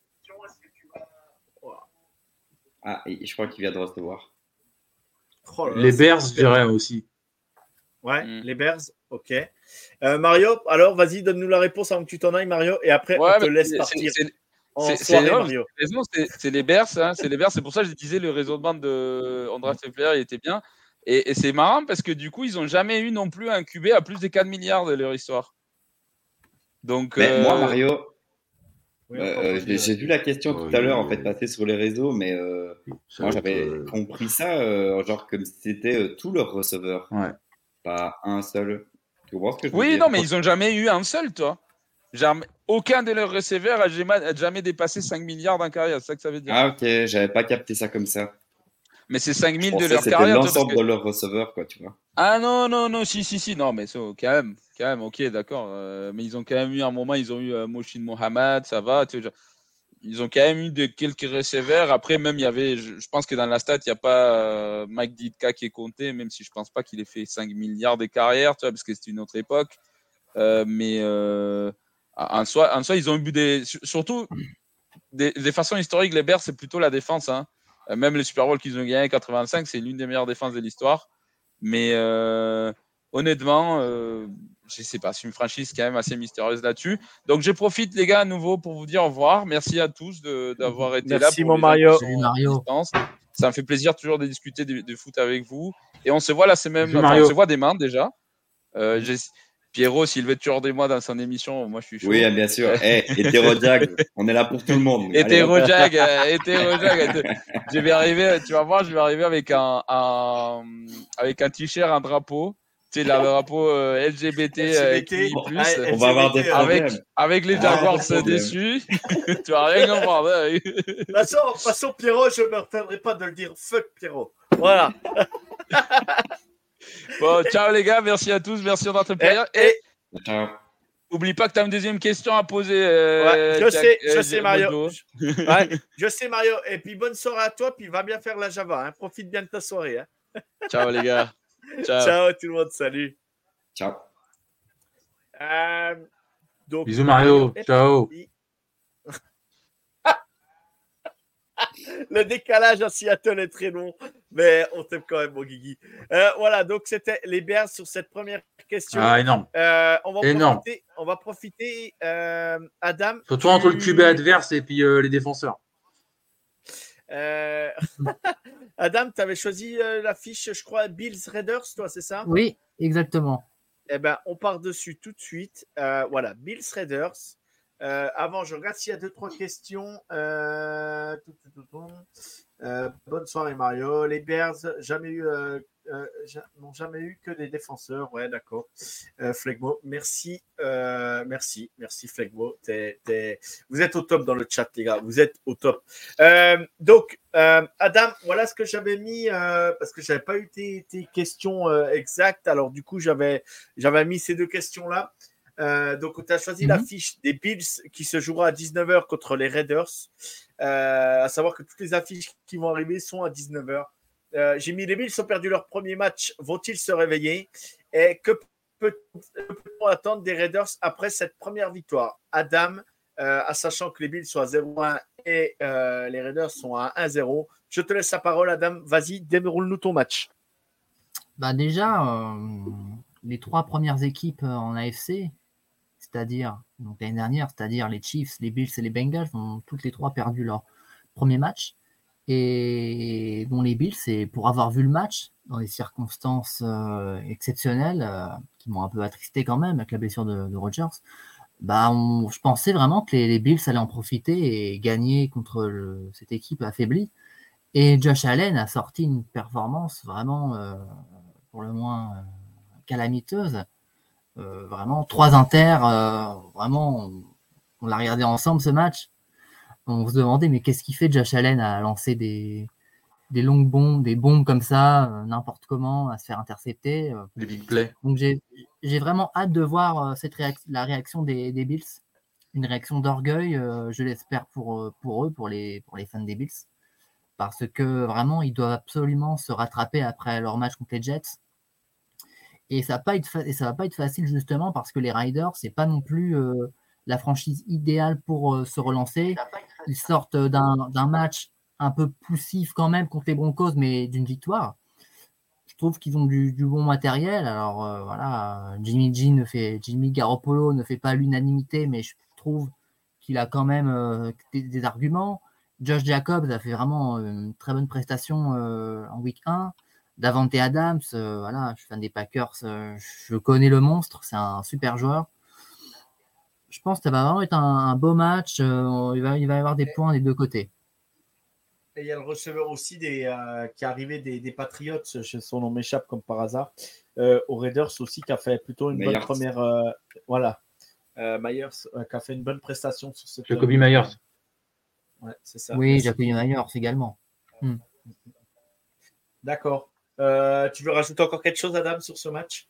Ah, je crois qu'il vient de recevoir. Les Bears, je dirais aussi. Ouais, les Bears, ok. Mario, alors vas-y, donne-nous la réponse avant que tu t'en ailles, Mario, et après on te laisse partir. Mario. C'est les Bears, hein, c'est les Bears. C'est pour ça que je disais le raisonnement de Draft Player, il était bien. Et c'est marrant parce que du coup, ils n'ont jamais eu non plus un QB à plus de 4 milliards de leur histoire. Donc, moi, Mario, j'ai vu la question tout à l'heure en fait passer sur les réseaux, mais moi j'avais compris ça genre comme si c'était tous leurs receveurs, pas un seul. Tu comprends ce que je veux dire? Non, mais ils n'ont jamais eu un seul, toi. Jamais, aucun de leurs receveurs n'a jamais dépassé 5 milliards en carrière, c'est ça que ça veut dire. Ah ok, j'avais pas capté ça comme ça. Mais c'est 5 000 de leur carrière. C'était l'ensemble de leurs receveurs, quoi, tu vois. Ah non, si, non, mais ça, quand même, ok, d'accord. Mais ils ont quand même eu un moment, ils ont eu Moshin Mohamed, ça va. Ils ont quand même eu quelques receveurs. Après, même, il y avait, je pense que dans la stat, il n'y a pas Mike Ditka qui est compté, même si je ne pense pas qu'il ait fait 5 milliards de carrière, tu vois, parce que c'était une autre époque. Mais en soi, ils ont eu surtout des façons historiques, les Bears, c'est plutôt la défense. Hein. Même le Super Bowl qu'ils ont gagné en 85, c'est l'une des meilleures défenses de l'histoire. Mais honnêtement, je ne sais pas, c'est une franchise quand même assez mystérieuse là-dessus. Donc, je profite, les gars, à nouveau pour vous dire au revoir. Merci à tous d'avoir été là. Merci, mon Mario. Salut, Mario. Ça me fait plaisir toujours de discuter de foot avec vous. Et on se voit la semaine. On se voit demain déjà. Pierrot, s'il veut tuer des mois dans son émission, moi je suis chaud. Oui, bien sûr. Hétéro-jag, on est là pour tout le monde. Hétéro-jag. Je vais arriver, tu vas voir, avec un t-shirt, un drapeau. Tu sais, le drapeau LGBT+. On va avoir des problèmes. Avec les Jaguars dessus. Tu vas rien comprendre. De toute façon, Pierrot, je ne me reprendrai pas de le dire. Fuck Pierrot. Voilà. Bon, ciao les gars, merci à tous, merci à notre player. Et oublie pas que tu as une deuxième question à poser. Je sais Mario. Je sais Mario. Et puis bonne soirée à toi, puis va bien faire la Java. Hein. Profite bien de ta soirée. Hein. Ciao les gars. Ciao tout le monde, salut. Ciao. Donc, bisous Mario, ciao. Le décalage à Seattle est très long, mais on t'aime quand même, mon Guigui. Voilà, donc c'était les Bears sur cette première question. Ah, énorme. On va profiter, Adam. Surtout entre le QB adverse et puis les défenseurs. Adam, tu avais choisi la fiche, je crois, Bills Raiders, toi, c'est ça? Oui, exactement. Eh ben, on part dessus tout de suite. Voilà, Bills Raiders. Avant, je regarde s'il y a 2-3 questions. Bonne soirée, Mario. Les Bears, n'ont jamais eu que des défenseurs. Ouais, d'accord. Flegmo, merci. Merci, Flegmo. Vous êtes au top dans le chat, les gars. Vous êtes au top. Donc, Adam, voilà ce que j'avais mis parce que je n'avais pas eu tes questions exactes. Alors, du coup, j'avais mis ces 2 questions-là. Donc, tu as choisi l'affiche des Bills qui se jouera à 19h contre les Raiders. À savoir que toutes les affiches qui vont arriver sont à 19h. J'ai mis les Bills ont perdu leur premier match. Vont-ils se réveiller? Et que peut-on attendre des Raiders après cette première victoire? Adam, sachant que les Bills sont à 0-1 et les Raiders sont à 1-0. Je te laisse la parole, Adam. Vas-y, déroule-nous ton match. Bah déjà, les 3 premières équipes en AFC, c'est-à-dire donc l'année dernière, c'est-à-dire les Chiefs, les Bills et les Bengals, ont toutes les 3 perdu leur premier match. Et dont les Bills, c'est pour avoir vu le match dans des circonstances exceptionnelles, qui m'ont un peu attristé quand même avec la blessure de Rodgers, je pensais vraiment que les Bills allaient en profiter et gagner contre cette équipe affaiblie. Et Josh Allen a sorti une performance vraiment, pour le moins, calamiteuse. Vraiment, 3 inters, vraiment, on l'a regardé ensemble ce match. On se demandait, mais qu'est-ce qu'il fait Josh Allen à lancer des longues bombes, des bombes comme ça, n'importe comment, à se faire intercepter. Les big plays. Donc j'ai vraiment hâte de voir la réaction des Bills. Une réaction d'orgueil, je l'espère pour eux, pour les fans des Bills. Parce que vraiment, ils doivent absolument se rattraper après leur match contre les Jets. Et ça va pas être facile justement parce que les Riders, c'est pas non plus la franchise idéale pour se relancer. Ils sortent d'un match un peu poussif quand même contre les Broncos, mais d'une victoire. Je trouve qu'ils ont du bon matériel. Alors voilà, Jimmy Garoppolo ne fait pas l'unanimité, mais je trouve qu'il a quand même des arguments. Josh Jacobs a fait vraiment une très bonne prestation en week 1. Davante Adams, voilà, je suis fan des Packers, je connais le monstre, c'est un super joueur. Je pense que ça va vraiment être un beau match. Il va y avoir des points des 2 côtés. Et il y a le receveur aussi qui est arrivé des Patriots, son nom m'échappe comme par hasard, aux Raiders aussi, qui a fait plutôt une bonne première. Myers, qui a fait une bonne prestation sur ce. Jacoby Myers. Ouais, c'est ça. Oui, Jacoby Myers également. D'accord. Tu veux rajouter encore quelque chose, Adam, sur ce match?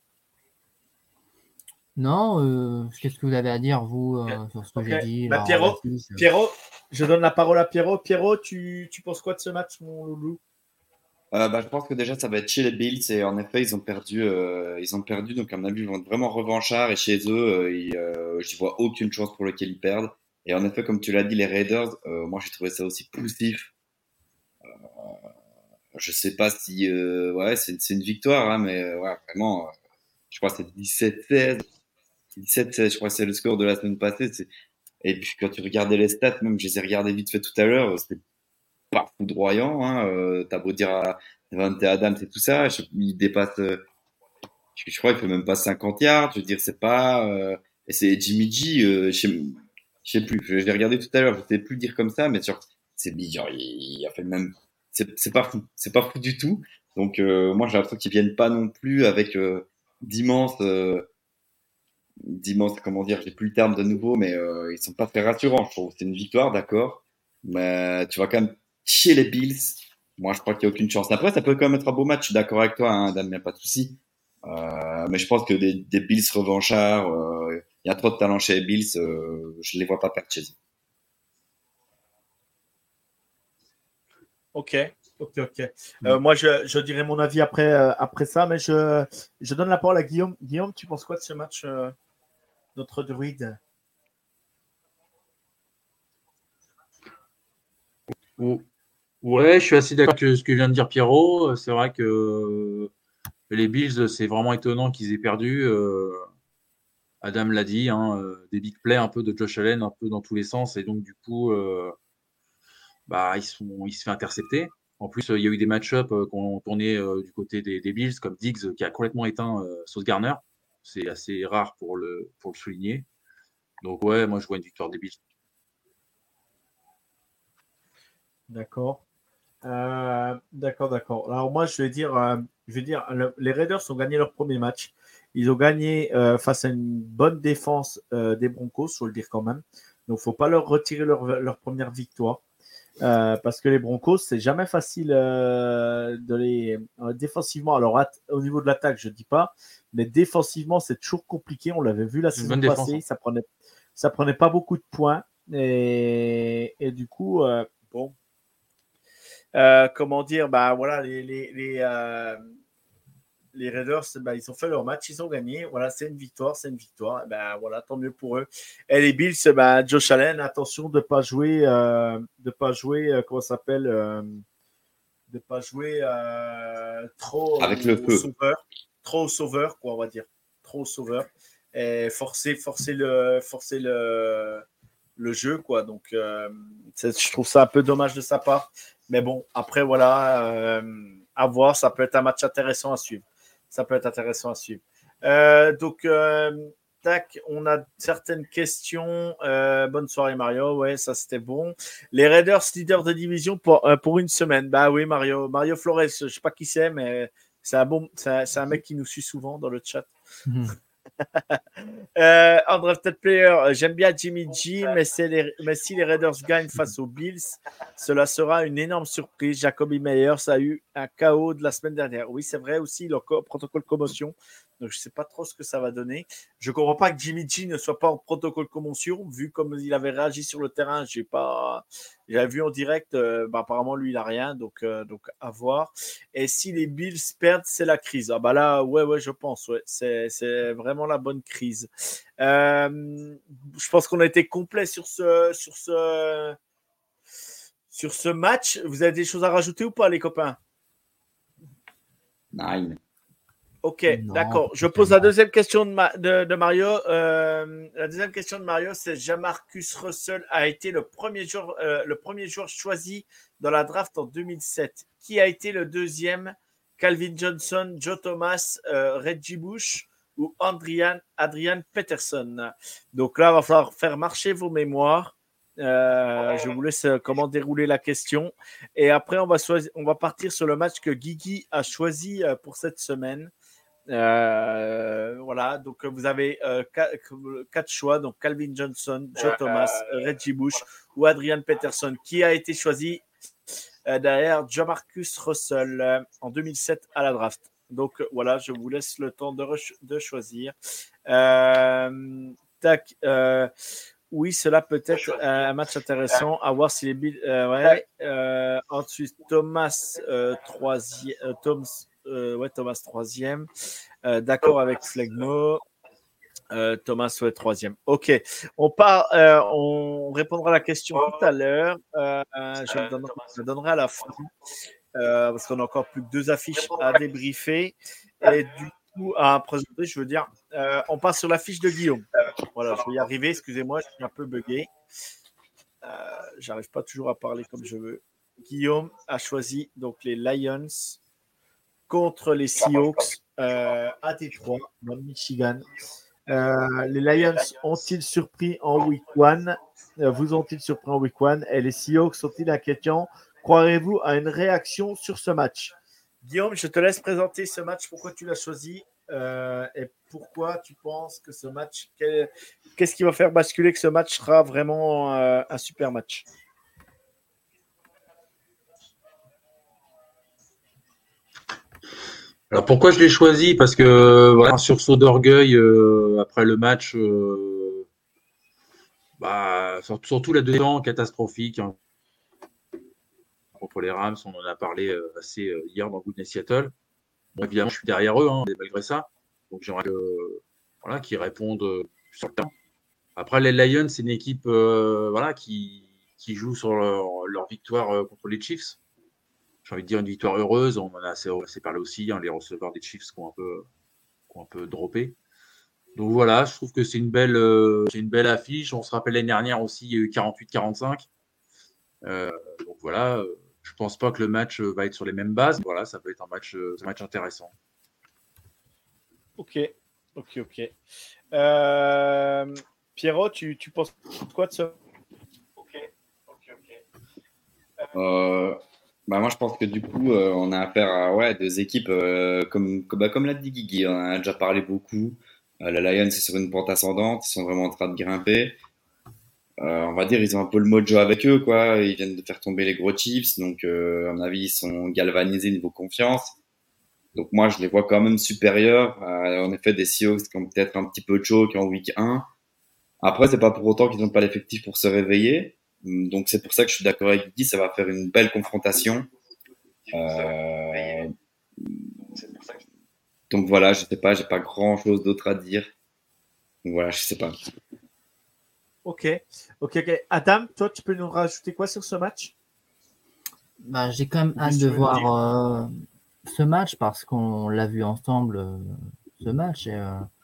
Non, qu'est-ce que vous avez à dire, vous, sur ce que j'ai dit? Pierrot, je donne la parole à Pierrot. Pierrot, tu penses quoi de ce match, mon loulou? Je pense que déjà ça va être chez les Bills et en effet ils ont perdu donc à mon avis ils vont être vraiment revanchards et chez eux j'y vois aucune chance pour lequel ils perdent. Et en effet comme tu l'as dit les Raiders, moi j'ai trouvé ça aussi poussif. Je sais pas si c'est une victoire hein, mais ouais vraiment je crois que c'est 17-16 je crois que c'est le score de la semaine passée. Et puis quand tu regardais les stats, même je les ai regardés vite fait tout à l'heure, c'était pas foudroyant. Hein. T'as beau dire à Davante Adams et tout ça, il dépasse, je crois qu'il fait même pas 50 yards. Je veux dire, c'est pas. Et c'est Jimmy G, je sais plus. Je l'ai regardé tout à l'heure, je sais plus dire comme ça, mais genre, il a fait le même. C'est pas fou, c'est pas fou du tout. Donc moi j'ai l'impression qu'ils viennent pas non plus avec d'immenses, comment dire, j'ai plus le terme de nouveau, mais ils sont pas très rassurants. Je trouve c'est une victoire, d'accord, mais tu vas quand même chez les Bills. Moi, je crois qu'il n'y a aucune chance. Après, ça peut quand même être un beau match. Je suis d'accord avec toi, hein, Dan, il n'y a pas de souci. Mais je pense que des Bills revanchards, il y a trop de talent chez les Bills. Je les vois pas perdre chez eux. Ok. Moi, je dirai mon avis après ça, mais je donne la parole à Guillaume. Guillaume, tu penses quoi de ce match, notre druide? Ouais, je suis assez d'accord avec ce que vient de dire Pierrot. C'est vrai que les Bills, c'est vraiment étonnant qu'ils aient perdu. Adam l'a dit, hein, des big plays un peu de Josh Allen, un peu dans tous les sens, et donc du coup, il se fait intercepter. En plus, il y a eu des match-ups qui ont tourné du côté des Bills, comme Diggs qui a complètement éteint Sauce Garner. C'est assez rare pour le souligner. Donc, ouais, moi, je vois une victoire des Bills. D'accord. D'accord. Alors moi, je vais dire, les Raiders ont gagné leur premier match. Ils ont gagné face à une bonne défense des Broncos, faut le dire quand même. Donc, faut pas leur retirer leur première victoire. Parce que les Broncos, c'est jamais facile de les défensivement. Alors au niveau de l'attaque, je dis pas, mais défensivement, c'est toujours compliqué. On l'avait vu la C'est une saison bonne passée, défense, ça prenait pas beaucoup de points et du coup, bon, comment dire, bah voilà, les Raiders, bah, ils ont fait leur match, ils ont gagné. Voilà, c'est une victoire. Et ben voilà, tant mieux pour eux. Et les Bills, bah, Josh Allen, attention de pas jouer, comment ça s'appelle, de pas jouer trop Avec le feu. trop au sauveur, quoi, on va dire, trop au sauveur. Et forcer le jeu, quoi. Donc, je trouve ça un peu dommage de sa part. Mais bon, après, voilà, à voir, ça peut être un match intéressant à suivre. Donc, tac, on a certaines questions. Bonne soirée, Mario. Ouais, ça, c'était bon. Les Raiders, leaders de division pour une semaine. Bah oui, Mario Flores, je sais pas qui c'est, mais c'est un mec qui nous suit souvent dans le chat. Undrafted player, j'aime bien Jimmy G, mais si les Raiders gagnent face aux Bills, cela sera une énorme surprise. Jacoby Meyers a eu un KO de la semaine dernière. Oui, c'est vrai aussi, le protocole commotion. Donc, je ne sais pas trop ce que ça va donner. Je ne comprends pas que Jimmy G ne soit pas en protocole commotion, vu comme il avait réagi sur le terrain. J'avais vu en direct, apparemment, lui, il n'a rien. Donc, à voir. Et si les Bills perdent, c'est la crise. Ah bah là, ouais, je pense. Ouais. C'est vraiment la bonne crise. Je pense qu'on a été complet sur ce match. Vous avez des choses à rajouter ou pas, les copains? Nine. Ok, Non, d'accord. Je pose la deuxième question de Mario. La deuxième question de Mario, c'est Jamarcus Russell a été le premier joueur choisi dans la draft en 2007. Qui a été le deuxième? Calvin Johnson, Joe Thomas, Reggie Bush ou Adrian Peterson? Donc là, il va falloir faire marcher vos mémoires. Je vous laisse comment dérouler la question. Et après, on va partir sur le match que Guigui a choisi pour cette semaine. Voilà, donc vous avez quatre choix, donc Calvin Johnson, Joe Thomas, Reggie Bush ou Adrian Peterson, qui a été choisi derrière Jamarcus Russell en 2007 à la draft. Donc voilà, je vous laisse le temps de choisir. Tac. Oui, cela peut être un match intéressant à voir si les Bills. Ensuite, Thomas troisième. D'accord avec Flegmo. Thomas ouais, troisième. Ok. On répondra à la question tout à l'heure. Je le donnerai à la fin. Parce qu'on a encore plus que 2 affiches à débriefer. Et du coup, à présenter, je veux dire, on passe sur la fiche de Guillaume. Voilà, je vais y arriver. Excusez-moi, je suis un peu bugué. J'arrive pas toujours à parler comme je veux. Guillaume a choisi donc les Lions contre les Seahawks à Détroit, dans le Michigan. Les Lions ont-ils surpris en week 1? Vous ont-ils surpris en week 1? Et les Seahawks sont-ils inquiétants? Croirez-vous à une réaction sur ce match? Guillaume, je te laisse présenter ce match. Pourquoi tu l'as choisi et pourquoi tu penses que ce match, qu'est-ce qui va faire basculer que ce match sera vraiment un super match? Alors pourquoi je l'ai choisi? Parce que voilà, un sursaut d'orgueil après le match, surtout la deuxième temps catastrophique hein, contre les Rams, on en a parlé assez hier dans Good Night Seattle. Bon, évidemment, je suis derrière eux, hein, malgré ça. Donc j'aimerais qu'ils répondent sur le terrain. Après, les Lions, c'est une équipe qui joue sur leur victoire contre les Chiefs. J'ai envie de dire une victoire heureuse. On en a assez parlé aussi, hein, les receveurs des Chiefs qui ont un peu droppé. Donc voilà, je trouve que c'est une belle affiche. On se rappelle l'année dernière aussi, il y a eu 48-45. Donc voilà, je pense pas que le match va être sur les mêmes bases. Voilà, ça peut être un match intéressant. Ok. Pierrot, tu penses quoi de ça? Moi, je pense que du coup, on a affaire à deux équipes comme l'a dit Guigui, on en a déjà parlé beaucoup. La Lions, c'est sur une pente ascendante, ils sont vraiment en train de grimper. On va dire, ils ont un peu le mojo avec eux, quoi. Ils viennent de faire tomber les gros Chiefs, donc à mon avis, ils sont galvanisés niveau confiance. Donc moi, je les vois quand même supérieurs. En effet, des Seahawks qui ont peut-être un petit peu choke en week 1. Après, c'est pas pour autant qu'ils n'ont pas l'effectif pour se réveiller. Donc c'est pour ça que je suis d'accord avec Guy, ça va faire une belle confrontation. Donc voilà, je sais pas, j'ai pas grand-chose d'autre à dire. Donc voilà, je sais pas. Ok. Adam, toi, tu peux nous rajouter quoi sur ce match? J'ai quand même hâte de voir ce match parce qu'on l'a vu ensemble, ce match. Et,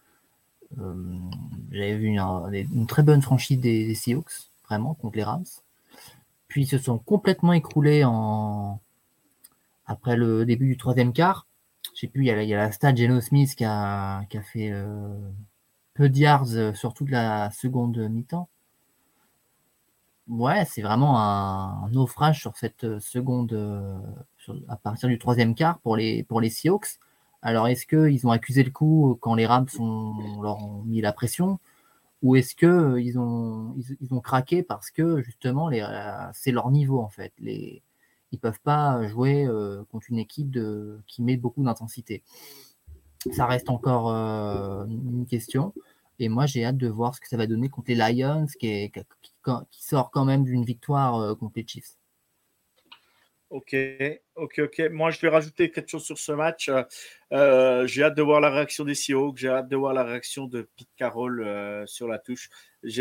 j'avais vu une très bonne franchise des Seahawks, vraiment, contre les Rams. Puis ils se sont complètement écroulés après le début du troisième quart. Je sais plus, il y a la stat Geno Smith qui a fait peu de yards sur toute la seconde mi-temps. Ouais, c'est vraiment un naufrage sur cette seconde, à partir du troisième quart pour les Seahawks. Alors, est-ce qu'ils ont accusé le coup quand les Rams leur ont mis la pression, ou est-ce que ils ont craqué parce que justement c'est leur niveau en fait. Ils peuvent pas jouer contre une équipe qui met beaucoup d'intensité. Ça reste encore une question. Et moi, j'ai hâte de voir ce que ça va donner contre les Lions, qui sort quand même d'une victoire contre les Chiefs. Ok. Moi, je vais rajouter quelque chose sur ce match. J'ai hâte de voir la réaction des Seahawks. J'ai hâte de voir la réaction de Pete Carroll sur la touche. J'ai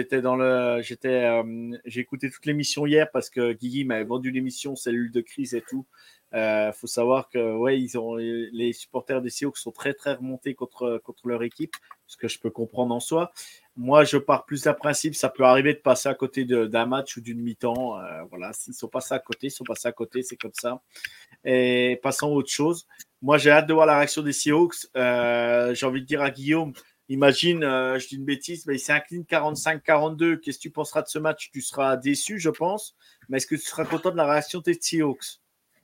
écouté toute l'émission hier parce que Guigui m'avait vendu l'émission cellule de crise et tout. Faut savoir que les supporters des Seahawks sont très très remontés contre leur équipe, ce que je peux comprendre en soi. Moi, je pars plus d'un principe, ça peut arriver de passer à côté d'un match ou d'une mi-temps. Voilà, s'ils sont passés à côté, c'est comme ça. Et passons à autre chose. Moi, j'ai hâte de voir la réaction des Seahawks. J'ai envie de dire à Guillaume, imagine, je dis une bêtise, mais il s'incline 45-42. Qu'est-ce que tu penseras de ce match? Tu seras déçu, je pense. Mais est-ce que tu seras content de la réaction des Seahawks?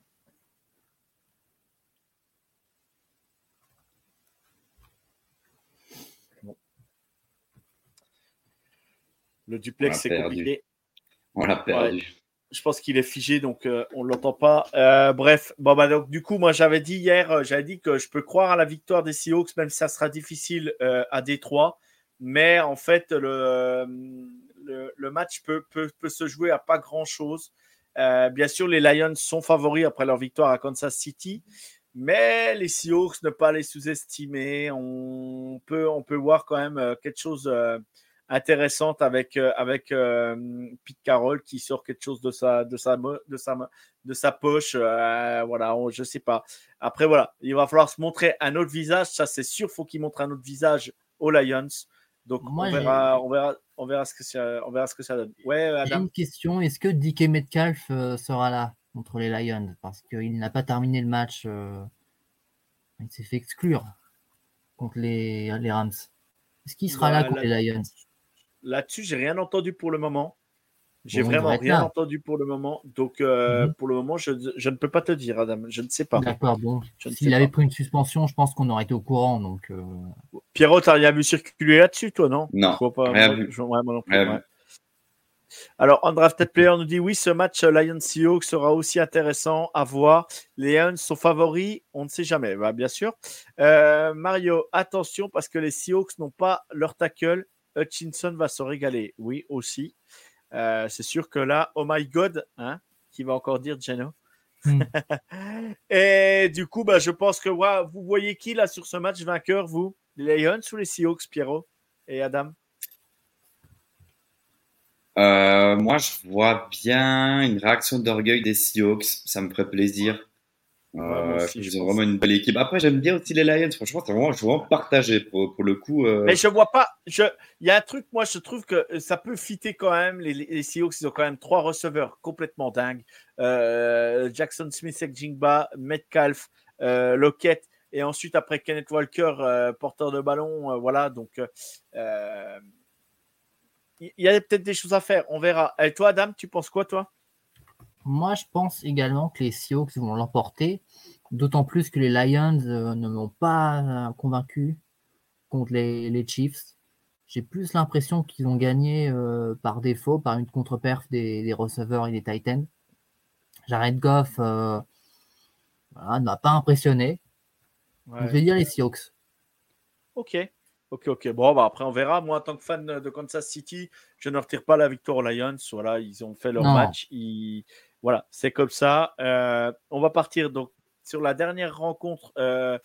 Le duplex, c'est compliqué. On l'a perdu. Ouais, je pense qu'il est figé, donc on ne l'entend pas. Bref, donc, du coup, moi, j'avais dit hier, que je peux croire à la victoire des Seahawks, même si ça sera difficile à Détroit. Mais en fait, le match peut se jouer à pas grand-chose. Bien sûr, les Lions sont favoris après leur victoire à Kansas City. Mais les Seahawks, ne pas les sous-estimer. On peut voir quand même quelque chose intéressante avec Pete Carroll qui sort quelque chose de sa poche. Voilà, je sais pas. Après, voilà, il va falloir se montrer un autre visage. Ça, c'est sûr, faut qu'il montre un autre visage aux Lions. Donc, on verra ce que ça donne. Ouais, Adam. J'ai une question. Est-ce que DK Metcalf sera là contre les Lions? Parce qu'il n'a pas terminé le match. Il s'est fait exclure contre les Rams. Est-ce qu'il sera là contre les Lions? Là-dessus, j'ai rien entendu pour le moment. J'ai vraiment rien entendu pour le moment. Donc, pour le moment, je ne peux pas te dire, Adam. Je ne sais pas. D'accord, bon. S'il avait pris une suspension, je pense qu'on aurait été au courant. Donc, Pierrot, tu n'as rien vu circuler là-dessus, toi, non? Non, rien vu. Moi non plus. Ouais. Alors, Undrafted Player nous dit oui, ce match Lions-Seahawks sera aussi intéressant à voir. Les Lions sont favoris, on ne sait jamais. Bien sûr. Mario, attention parce que les Seahawks n'ont pas leur tackle. Hutchinson va se régaler. Oui, aussi. C'est sûr que là, oh my God, qui va encore dire Geno. Et du coup, je pense que vous voyez qui là sur ce match vainqueur, vous? Les Lions ou les Seahawks, Pierrot et Adam? Moi, je vois bien une réaction d'orgueil des Seahawks. Ça me ferait plaisir. Ils ont vraiment une belle équipe. Après, j'aime bien aussi les Lions. Franchement, je suis vraiment partagé pour le coup. Mais je vois pas. Il y a un truc, moi, je trouve que ça peut fitter quand même. Les Seahawks, ils ont quand même 3 receveurs complètement dingues. Jackson Smith, Jingba, Metcalf, Lockett. Et ensuite, après, Kenneth Walker, porteur de ballon. Voilà. Donc, il y a peut-être des choses à faire. On verra. Et toi, Adam, tu penses quoi, toi? Moi, je pense également que les Seahawks vont l'emporter, d'autant plus que les Lions ne m'ont pas convaincu contre les Chiefs. J'ai plus l'impression qu'ils ont gagné par défaut, par une contre-perf des receveurs et des Titans. Jared Goff ne m'a pas impressionné. Ouais. Donc, je vais dire les Seahawks. Ok. Bon, bah après, on verra. Moi, en tant que fan de Kansas City, je ne retire pas la victoire aux Lions. Voilà, ils ont fait leur Non. match. Voilà, c'est comme ça. On va partir donc sur la dernière rencontre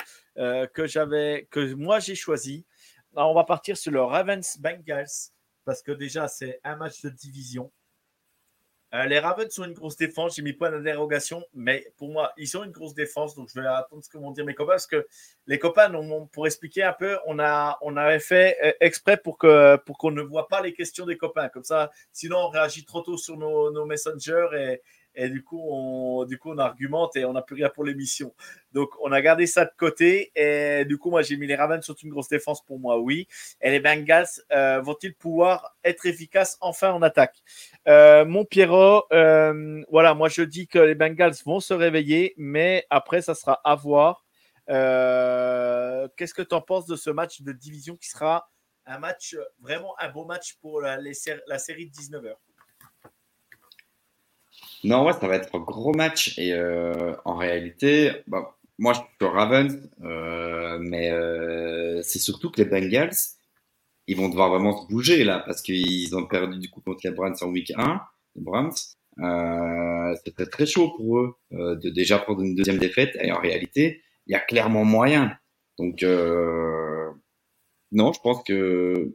que moi j'ai choisi. Alors, on va partir sur le Ravens Bengals parce que déjà, c'est un match de division. Les Ravens ont une grosse défense. J'ai mis point d'interrogation, mais pour moi, ils ont une grosse défense. Donc, je vais attendre ce que vont dire mes copains parce que les copains, pour expliquer un peu, on avait fait exprès pour qu'on ne voit pas les questions des copains. Comme ça, sinon, on réagit trop tôt sur nos messengers et du coup, on argumente et on n'a plus rien pour l'émission. Donc, on a gardé ça de côté. Et du coup, moi, j'ai mis les Ravens sont une grosse défense pour moi, oui. Et les Bengals vont-ils pouvoir être efficaces enfin en attaque? Mon Pierrot, voilà, moi, je dis que les Bengals vont se réveiller, mais après, ça sera à voir. Qu'est-ce que tu en penses de ce match de division qui sera un match, vraiment un beau match pour la série de 19h? Non, ouais, ça va être un gros match. Et en réalité, moi, je suis sur Ravens, mais c'est surtout que les Bengals, ils vont devoir vraiment se bouger là, parce qu'ils ont perdu du coup contre les Browns en week 1, les Browns. C'était très chaud pour eux de déjà prendre une deuxième défaite. Et en réalité, il y a clairement moyen. Donc, non, je pense que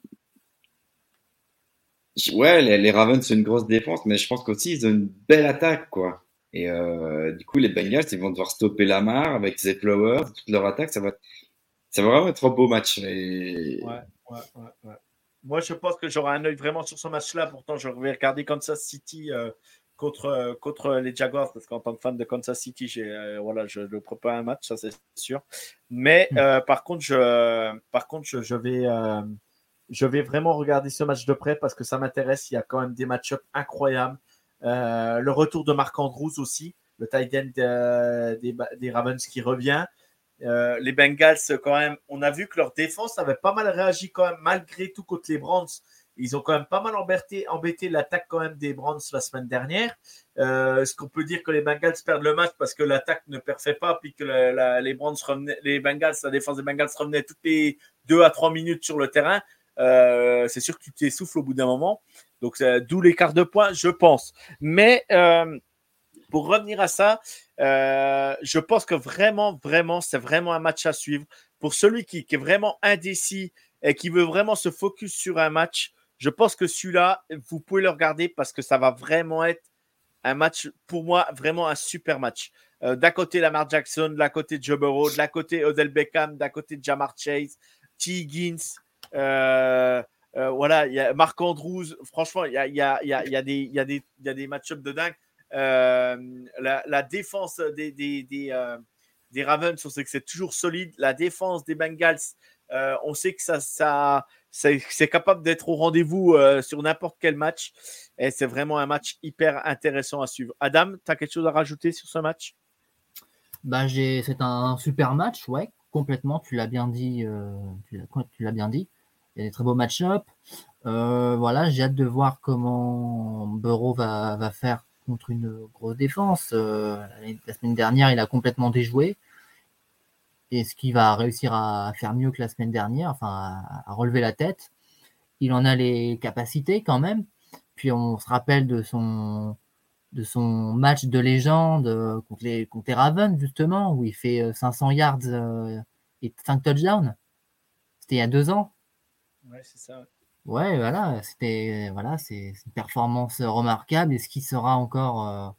ouais, les Ravens c'est une grosse défense, mais je pense qu'aussi ils ont une belle attaque, quoi. Et du coup, les Bengals, ils vont devoir stopper Lamar avec Zay Flowers, toute leur attaque, ça va vraiment être un beau match. Et Ouais. Moi, je pense que j'aurai un œil vraiment sur ce match-là. Pourtant, je vais regarder Kansas City contre les Jaguars, parce qu'en tant que fan de Kansas City, voilà, je ne prépare un match, ça c'est sûr. Mais par contre, je vais vraiment regarder ce match de près parce que ça m'intéresse. Il y a quand même des match-ups incroyables. Le retour de Marc Andrews aussi, le tight end des Ravens qui revient. Les Bengals, quand même, on a vu que leur défense avait pas mal réagi quand même, malgré tout, contre les Browns. Ils ont quand même pas mal embêté l'attaque quand même des Browns la semaine dernière. Est-ce qu'on peut dire que les Bengals perdent le match parce que l'attaque ne perfait pas, puis que les Browns revenaient, la défense des Bengals revenait toutes les 2 à 3 minutes sur le terrain? C'est sûr que tu t'essouffles au bout d'un moment. Donc, d'où l'écart de points, je pense. Mais pour revenir à ça, je pense que vraiment, c'est vraiment un match à suivre. Pour celui qui est vraiment indécis et qui veut vraiment se focus sur un match, je pense que celui-là, vous pouvez le regarder parce que ça va vraiment être un match, pour moi, vraiment un super match. D'un côté, Lamar Jackson, de la côté de Joe Burrow, de la côté Odell Beckham, de la côté de Jamar Chase, T. Higgins, voilà, il y a Marc Andrews. Franchement, il y a des match-ups de dingue. La défense des Ravens, on sait que c'est toujours solide. La défense des Bengals, on sait que c'est capable d'être au rendez-vous sur n'importe quel match. Et c'est vraiment un match hyper intéressant à suivre. Adam, tu as quelque chose à rajouter sur ce match? C'est un super match, ouais, complètement. Tu l'as bien dit. Tu l'as bien dit. Il y a des très beaux match-up. Voilà, j'ai hâte de voir comment Burrow va faire contre une grosse défense. La semaine dernière, il a complètement déjoué. Est-ce qu'il va réussir à faire mieux que la semaine dernière, enfin à relever la tête? Il en a les capacités quand même. Puis on se rappelle de son match de légende contre les Ravens, justement, où il fait 500 yards et 5 touchdowns. C'était il y a 2 ans. Ouais, c'est ça. Ouais, voilà, c'est une performance remarquable. Est-ce qu'il sera encore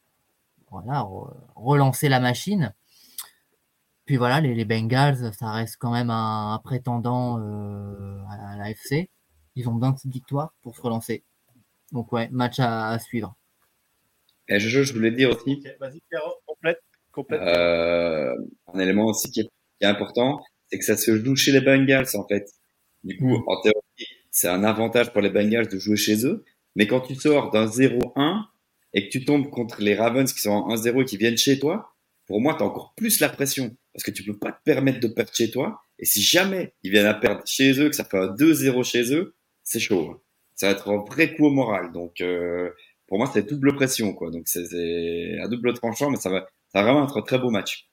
relancer la machine? Puis voilà, les Bengals, ça reste quand même un prétendant à la FC. Ils ont besoin de cette victoire pour se relancer. Donc ouais, match à suivre. Et je voulais dire aussi, Okay, vas-y, Pierrot, complète. un élément aussi qui est important, c'est que ça se joue chez les Bengals en fait. Du coup, en théorie, c'est un avantage pour les Bengals de jouer chez eux. Mais quand tu sors d'un 0-1 et que tu tombes contre les Ravens qui sont en 1-0 et qui viennent chez toi, pour moi, tu as encore plus la pression. Parce que tu peux pas te permettre de perdre chez toi. Et si jamais ils viennent à perdre chez eux, que ça fait un 2-0 chez eux, c'est chaud. Hein. Ça va être un vrai coup au moral. Donc, pour moi, c'est double pression, quoi. Donc, c'est un double tranchant, mais ça va vraiment être un très beau match.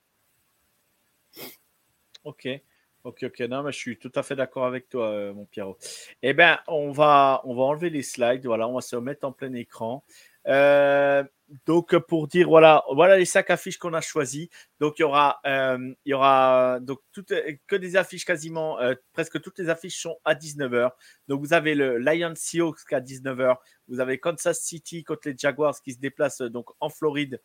Ok. Non, mais je suis tout à fait d'accord avec toi, mon Pierrot. Eh bien, on va enlever les slides. Voilà, on va se remettre en plein écran. Donc, pour dire, voilà les 5 affiches qu'on a choisies. Donc, il y aura donc que des affiches quasiment, presque toutes les affiches sont à 19h. Donc, vous avez le Lions Seahawks à 19h. Vous avez Kansas City contre les Jaguars qui se déplacent donc en Floride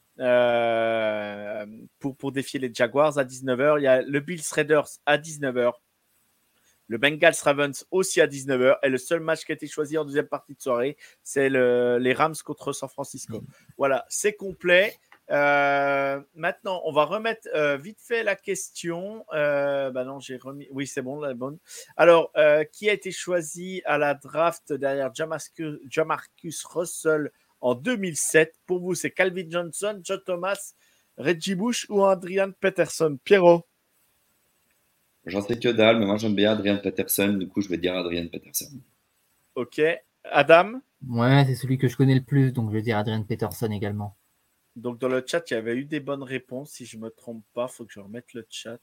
pour défier les Jaguars à 19h. Il y a le Bills Raiders à 19h. Le Bengals Ravens aussi à 19h. Et le seul match qui a été choisi en deuxième partie de soirée, c'est les Rams contre San Francisco. Voilà, c'est complet. Maintenant, on va remettre vite fait la question. Non, j'ai remis. Oui, c'est bon, la bonne. Alors, qui a été choisi à la draft derrière Jamarcus Russell en 2007? Pour vous, c'est Calvin Johnson, Joe Thomas, Reggie Bush ou Adrian Peterson? Pierrot? J'en sais que dalle, mais moi j'aime bien Adrian Peterson. Du coup, je vais dire Adrian Peterson. Ok. Adam? Ouais, c'est celui que je connais le plus, donc je vais dire Adrian Peterson également. Donc, dans le chat, il y avait eu des bonnes réponses. Si je ne me trompe pas, il faut que je remette le chat.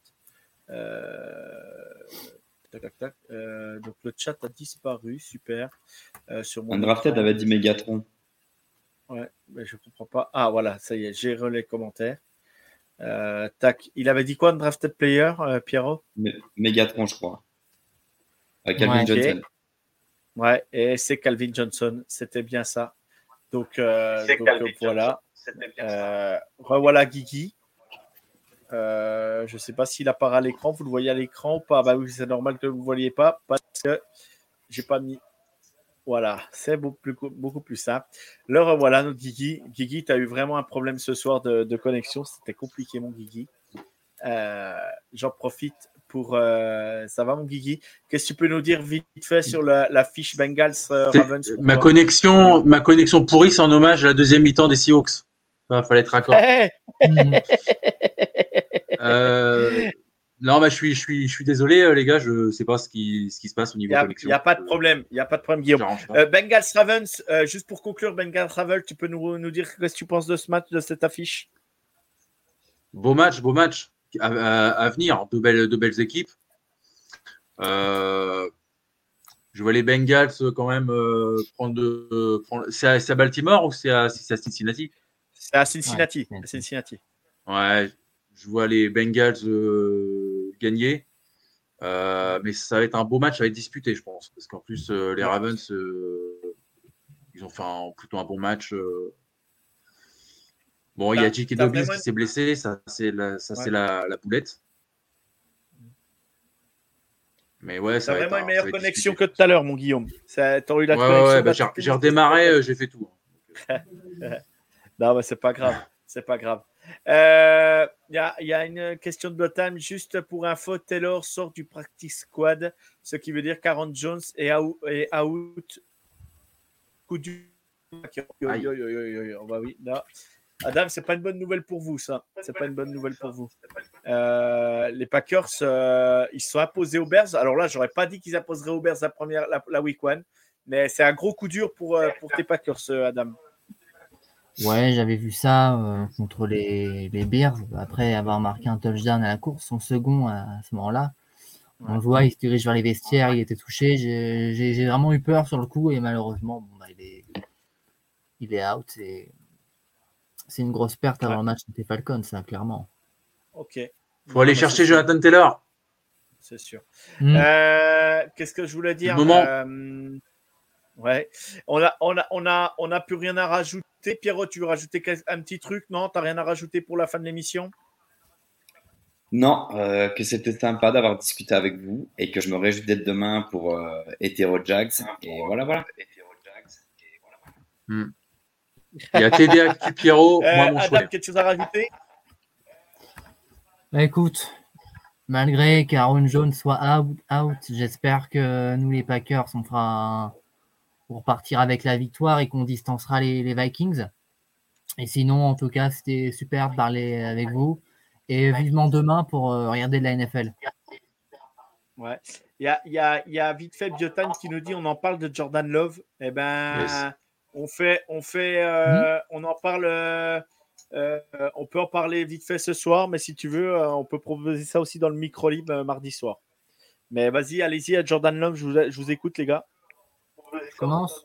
Donc, le chat a disparu. Super. Sur mon Undrafted avait dit Megatron. Ouais, mais je ne comprends pas. Ah, voilà, ça y est, j'ai relais les commentaires. Il avait dit quoi, Undrafted Player, Pierrot? Megatron, je crois. Calvin Johnson. Ouais, et c'est Calvin Johnson. C'était bien ça. Donc voilà. Revoilà Guigui. Je ne sais pas s'il apparaît à l'écran. Vous le voyez à l'écran ou pas? Bah oui, c'est normal que vous ne le voyez pas parce que j'ai pas mis. Voilà, c'est beaucoup plus simple. Le revoilà, notre Guigui. Guigui, tu as eu vraiment un problème ce soir de connexion. C'était compliqué, mon Guigui. J'en profite pour. Ça va, mon Guigui? Qu'est-ce que tu peux nous dire vite fait sur la fiche Bengals Ravens? Ma connexion pourrie, c'est en hommage à la deuxième mi-temps des Seahawks. Il fallait être raccord. Non, bah, je suis désolé, les gars, je ne sais pas ce qui se passe au niveau connexion. Il n'y a pas de problème, Guillaume. Bengals Ravens, juste pour conclure, Bengals Ravens, tu peux nous dire ce que tu penses de ce match, de cette affiche? Beau match. À venir, de belles équipes. Je vois les Bengals quand même prendre. C'est à Baltimore ou c'est à Cincinnati? C'est à Cincinnati. Ouais, je vois les Bengals gagner. Mais ça va être un beau match, ça va être disputé, je pense. Parce qu'en plus, les Ravens, ils ont fait plutôt un bon match. Bon, il y a J.K. Dobbins qui s'est blessé, ça c'est la poulette. Mais ouais, ça va vraiment une meilleure connexion que tout à l'heure, mon Guillaume. T'as eu la connexion. J'ai redémarré, j'ai fait tout. Non, mais c'est pas grave. Il y a une question de Blotam. Juste pour info, Taylor sort du practice squad, ce qui veut dire qu'Aaron Jones est out. Coup du. Oui, non. Adam, c'est pas une bonne nouvelle pour vous, ça. C'est pas une bonne nouvelle pour vous. Les Packers, ils se sont imposés aux Bears. Alors là, j'aurais pas dit qu'ils imposeraient aux Bears la week 1, mais c'est un gros coup dur pour tes Packers, Adam. Ouais, j'avais vu ça contre les Bears. Après avoir marqué un touchdown à la course, son second à ce moment-là. On le voit, il se dirige vers les vestiaires, il était touché. J'ai vraiment eu peur sur le coup et malheureusement, il est out. C'est une grosse perte avant le match des Falcons, ça, clairement. Ok. Faut aller chercher Jonathan Taylor. C'est sûr. Qu'est-ce que je voulais dire? Ouais. On a plus rien à rajouter. Pierrot, tu veux rajouter un petit truc? Non, t'as rien à rajouter pour la fin de l'émission? Non, que c'était sympa d'avoir discuté avec vous et que je me réjouis d'être demain pour Hetero Jags. Et voilà. Il y a TD Actu Pierrot, moi mon choix. Adam, quelque chose à rajouter? Bah, écoute, Malgré qu'Aaron Jones soit out, j'espère que nous, les Packers, pour repartir avec la victoire et qu'on distancera les Vikings. Et sinon, en tout cas, c'était super de parler avec vous. Et vivement demain pour regarder de la NFL. Ouais. Il y a vite fait Biotan qui nous dit on en parle de Jordan Love. Eh ben, Yes. on en parle. On peut en parler vite fait ce soir, mais si tu veux, on peut proposer ça aussi dans le micro libre mardi soir. Mais vas-y, allez-y à Jordan Love, je vous écoute, les gars. Je commence.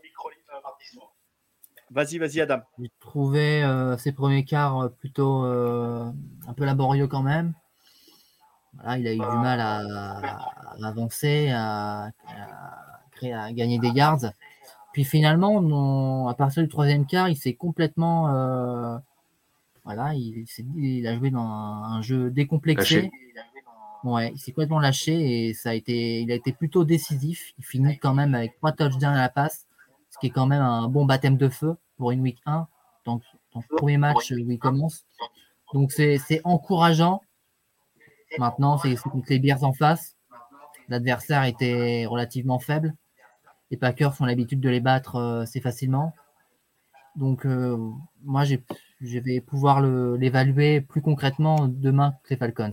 Vas-y, Adam. J'ai trouvé ses premiers quarts plutôt un peu laborieux quand même. Voilà, il a eu du mal à avancer, à gagner des yards. Puis finalement, à partir du troisième quart, il s'est complètement... il a joué dans un jeu décomplexé. Lâché. Ouais, il s'est complètement lâché et il a été plutôt décisif. Il finit quand même avec 3 touchdowns à la passe, ce qui est quand même un bon baptême de feu pour une week 1, dans le premier match où il commence. Donc c'est encourageant. Maintenant, c'est contre les Bears en face. L'adversaire était relativement faible. Les Packers ont l'habitude de les battre assez facilement. Donc moi, je vais pouvoir l'évaluer plus concrètement demain contre les Falcons.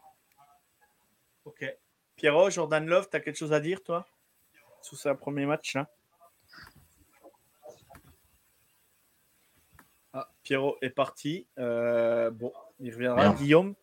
Ok. Pierrot, Jordan Love, tu as quelque chose à dire, toi, sous ce premier match là? Pierrot est parti. Bon, il reviendra. Merde. Guillaume.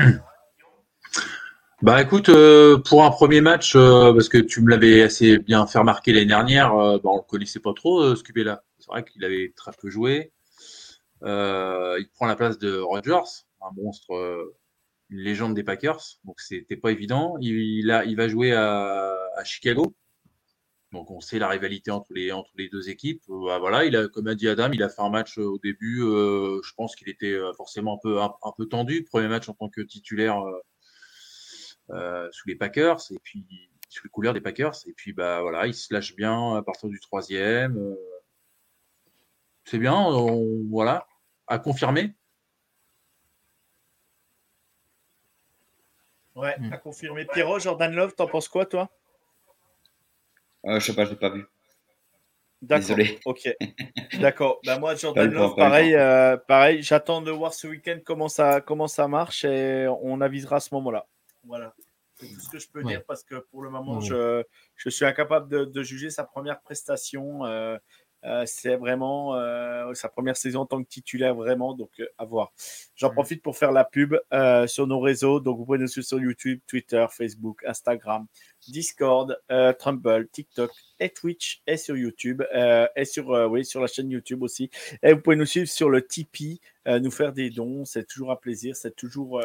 Bah écoute, pour un premier match, parce que tu me l'avais assez bien fait remarquer l'année dernière, on le connaissait pas trop, ce QB-là. C'est vrai qu'il avait très peu joué. Il prend la place de Rodgers, un monstre, une légende des Packers, donc c'était pas évident. Il va jouer à Chicago, donc on sait la rivalité entre les deux équipes. Voilà, comme a dit Adam, il a fait un match au début. Je pense qu'il était forcément un peu tendu, premier match en tant que titulaire sous les Packers et puis sous les couleurs des Packers. Et puis bah voilà, il se lâche bien à partir du troisième. C'est bien, voilà, à confirmer. Ouais, à confirmer. Pierrot, Jordan Love, t'en penses quoi, toi? Je sais pas, je l'ai pas vu. D'accord. Désolé. Ok. D'accord. Ben moi, Jordan Pas le temps, Love, pas le temps. pareil. J'attends de voir ce week-end comment ça marche et on avisera à ce moment-là. Voilà. C'est tout ce que je peux dire parce que pour le moment, je suis incapable de juger sa première prestation. C'est vraiment sa première saison en tant que titulaire, vraiment. Donc, à voir. J'en profite pour faire la pub sur nos réseaux. Donc, vous pouvez nous suivre sur YouTube, Twitter, Facebook, Instagram, Discord, Trumble, TikTok et Twitch et sur YouTube et sur la chaîne YouTube aussi. Et vous pouvez nous suivre sur le Tipeee, nous faire des dons. C'est toujours un plaisir. C'est toujours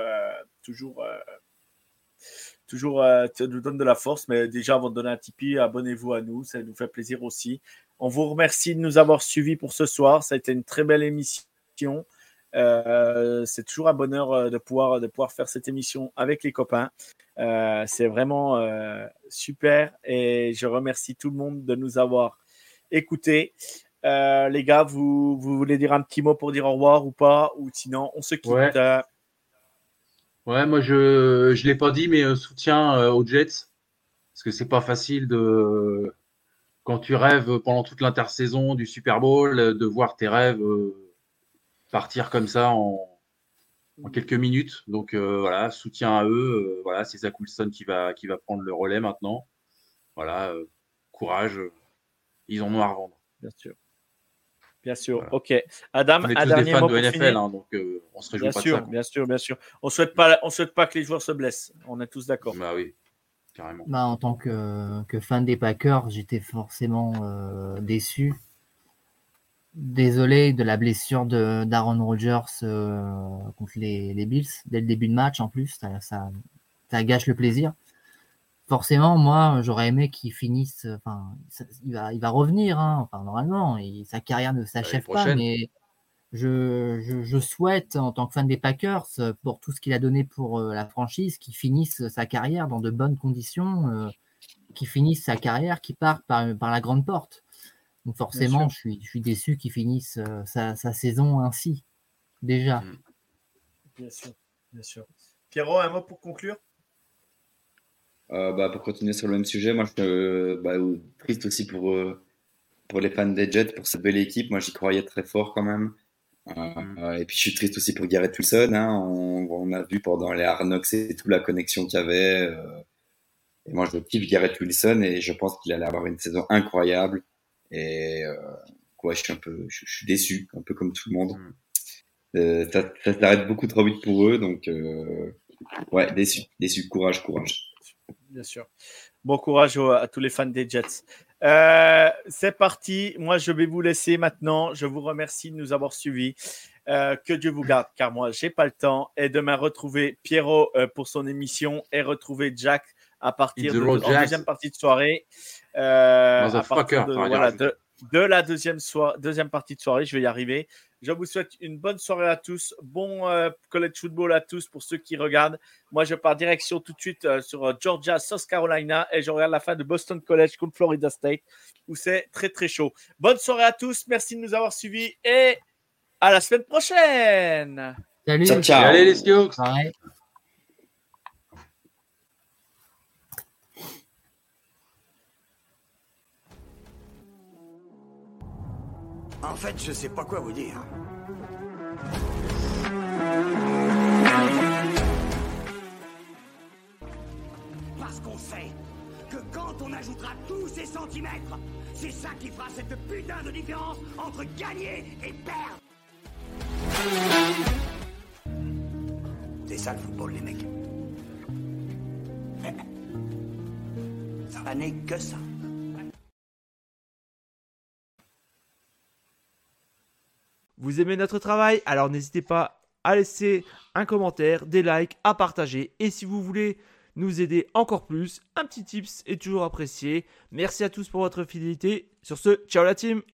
ça nous donne de la force, mais déjà avant de donner un Tipeee, abonnez-vous à nous, ça nous fait plaisir aussi. On vous remercie de nous avoir suivis pour ce soir, ça a été une très belle émission. C'est toujours un bonheur de pouvoir faire cette émission avec les copains. C'est vraiment super et je remercie tout le monde de nous avoir écoutés. Les gars, vous voulez dire un petit mot pour dire au revoir ou pas, ou sinon on se quitte. Ouais, moi je l'ai pas dit, mais soutien aux Jets parce que c'est pas facile quand tu rêves pendant toute l'intersaison du Super Bowl de voir tes rêves partir comme ça en quelques minutes. Donc voilà, soutien à eux. Voilà, c'est Zach Wilson qui va prendre le relais maintenant. Voilà, courage. Ils en ont à revendre. Bien sûr. Voilà. Ok. Adam, on est un tous dernier des fans mot de pour NFL, finir. hein, donc on se réjouit pas de ça. Bien sûr. On souhaite pas que les joueurs se blessent. On est tous d'accord. Bah oui, carrément. Bah, en tant que fan des Packers, j'étais forcément déçu. Désolé de la blessure d'Aaron Rodgers contre les Bills dès le début de match en plus. Ça gâche le plaisir. Forcément, moi, j'aurais aimé qu'il finisse. Enfin, il va revenir, hein, enfin, normalement. Sa carrière ne s'achève pas, mais je souhaite, en tant que fan des Packers, pour tout ce qu'il a donné pour la franchise, qu'il finisse sa carrière dans de bonnes conditions, qu'il finisse sa carrière, qu'il parte par la grande porte. Donc forcément, je suis déçu qu'il finisse sa saison ainsi, déjà. Bien sûr. Pierrot, un mot pour conclure? Pour continuer sur le même sujet, moi, je suis triste aussi pour les fans des Jets, pour cette belle équipe. Moi, j'y croyais très fort quand même. Et puis, je suis triste aussi pour Garrett Wilson. Hein. On a vu pendant les Hard Knocks et tout la connexion qu'il y avait. Et moi, je kiffe Garrett Wilson et je pense qu'il allait avoir une saison incroyable. Et je suis déçu, un peu comme tout le monde. Ça s'arrête beaucoup trop vite pour eux, donc déçu. Courage. Bien sûr. Bon courage à tous les fans des Jets. C'est parti. Moi, je vais vous laisser maintenant. Je vous remercie de nous avoir suivis. Que Dieu vous garde, car moi, j'ai pas le temps. Et demain, retrouver Pierrot pour son émission et retrouver Jack à partir en deuxième partie de soirée. À partir de la deuxième partie de soirée, je vais y arriver. Je vous souhaite une bonne soirée à tous. Bon college football à tous pour ceux qui regardent. Moi, je pars direction tout de suite sur Georgia, South Carolina et je regarde la fin de Boston College contre Florida State où c'est très, très chaud. Bonne soirée à tous. Merci de nous avoir suivis et à la semaine prochaine. Salut. Ciao. Allez, les Sioux. Ouais. En fait, je sais pas quoi vous dire. Parce qu'on sait que quand on ajoutera tous ces centimètres, c'est ça qui fera cette putain de différence entre gagner et perdre. C'est ça le football, les mecs. Ça n'est que ça. Vous aimez notre travail? Alors n'hésitez pas à laisser un commentaire, des likes, à partager. Et si vous voulez nous aider encore plus, un petit tips est toujours apprécié. Merci à tous pour votre fidélité. Sur ce, ciao la team!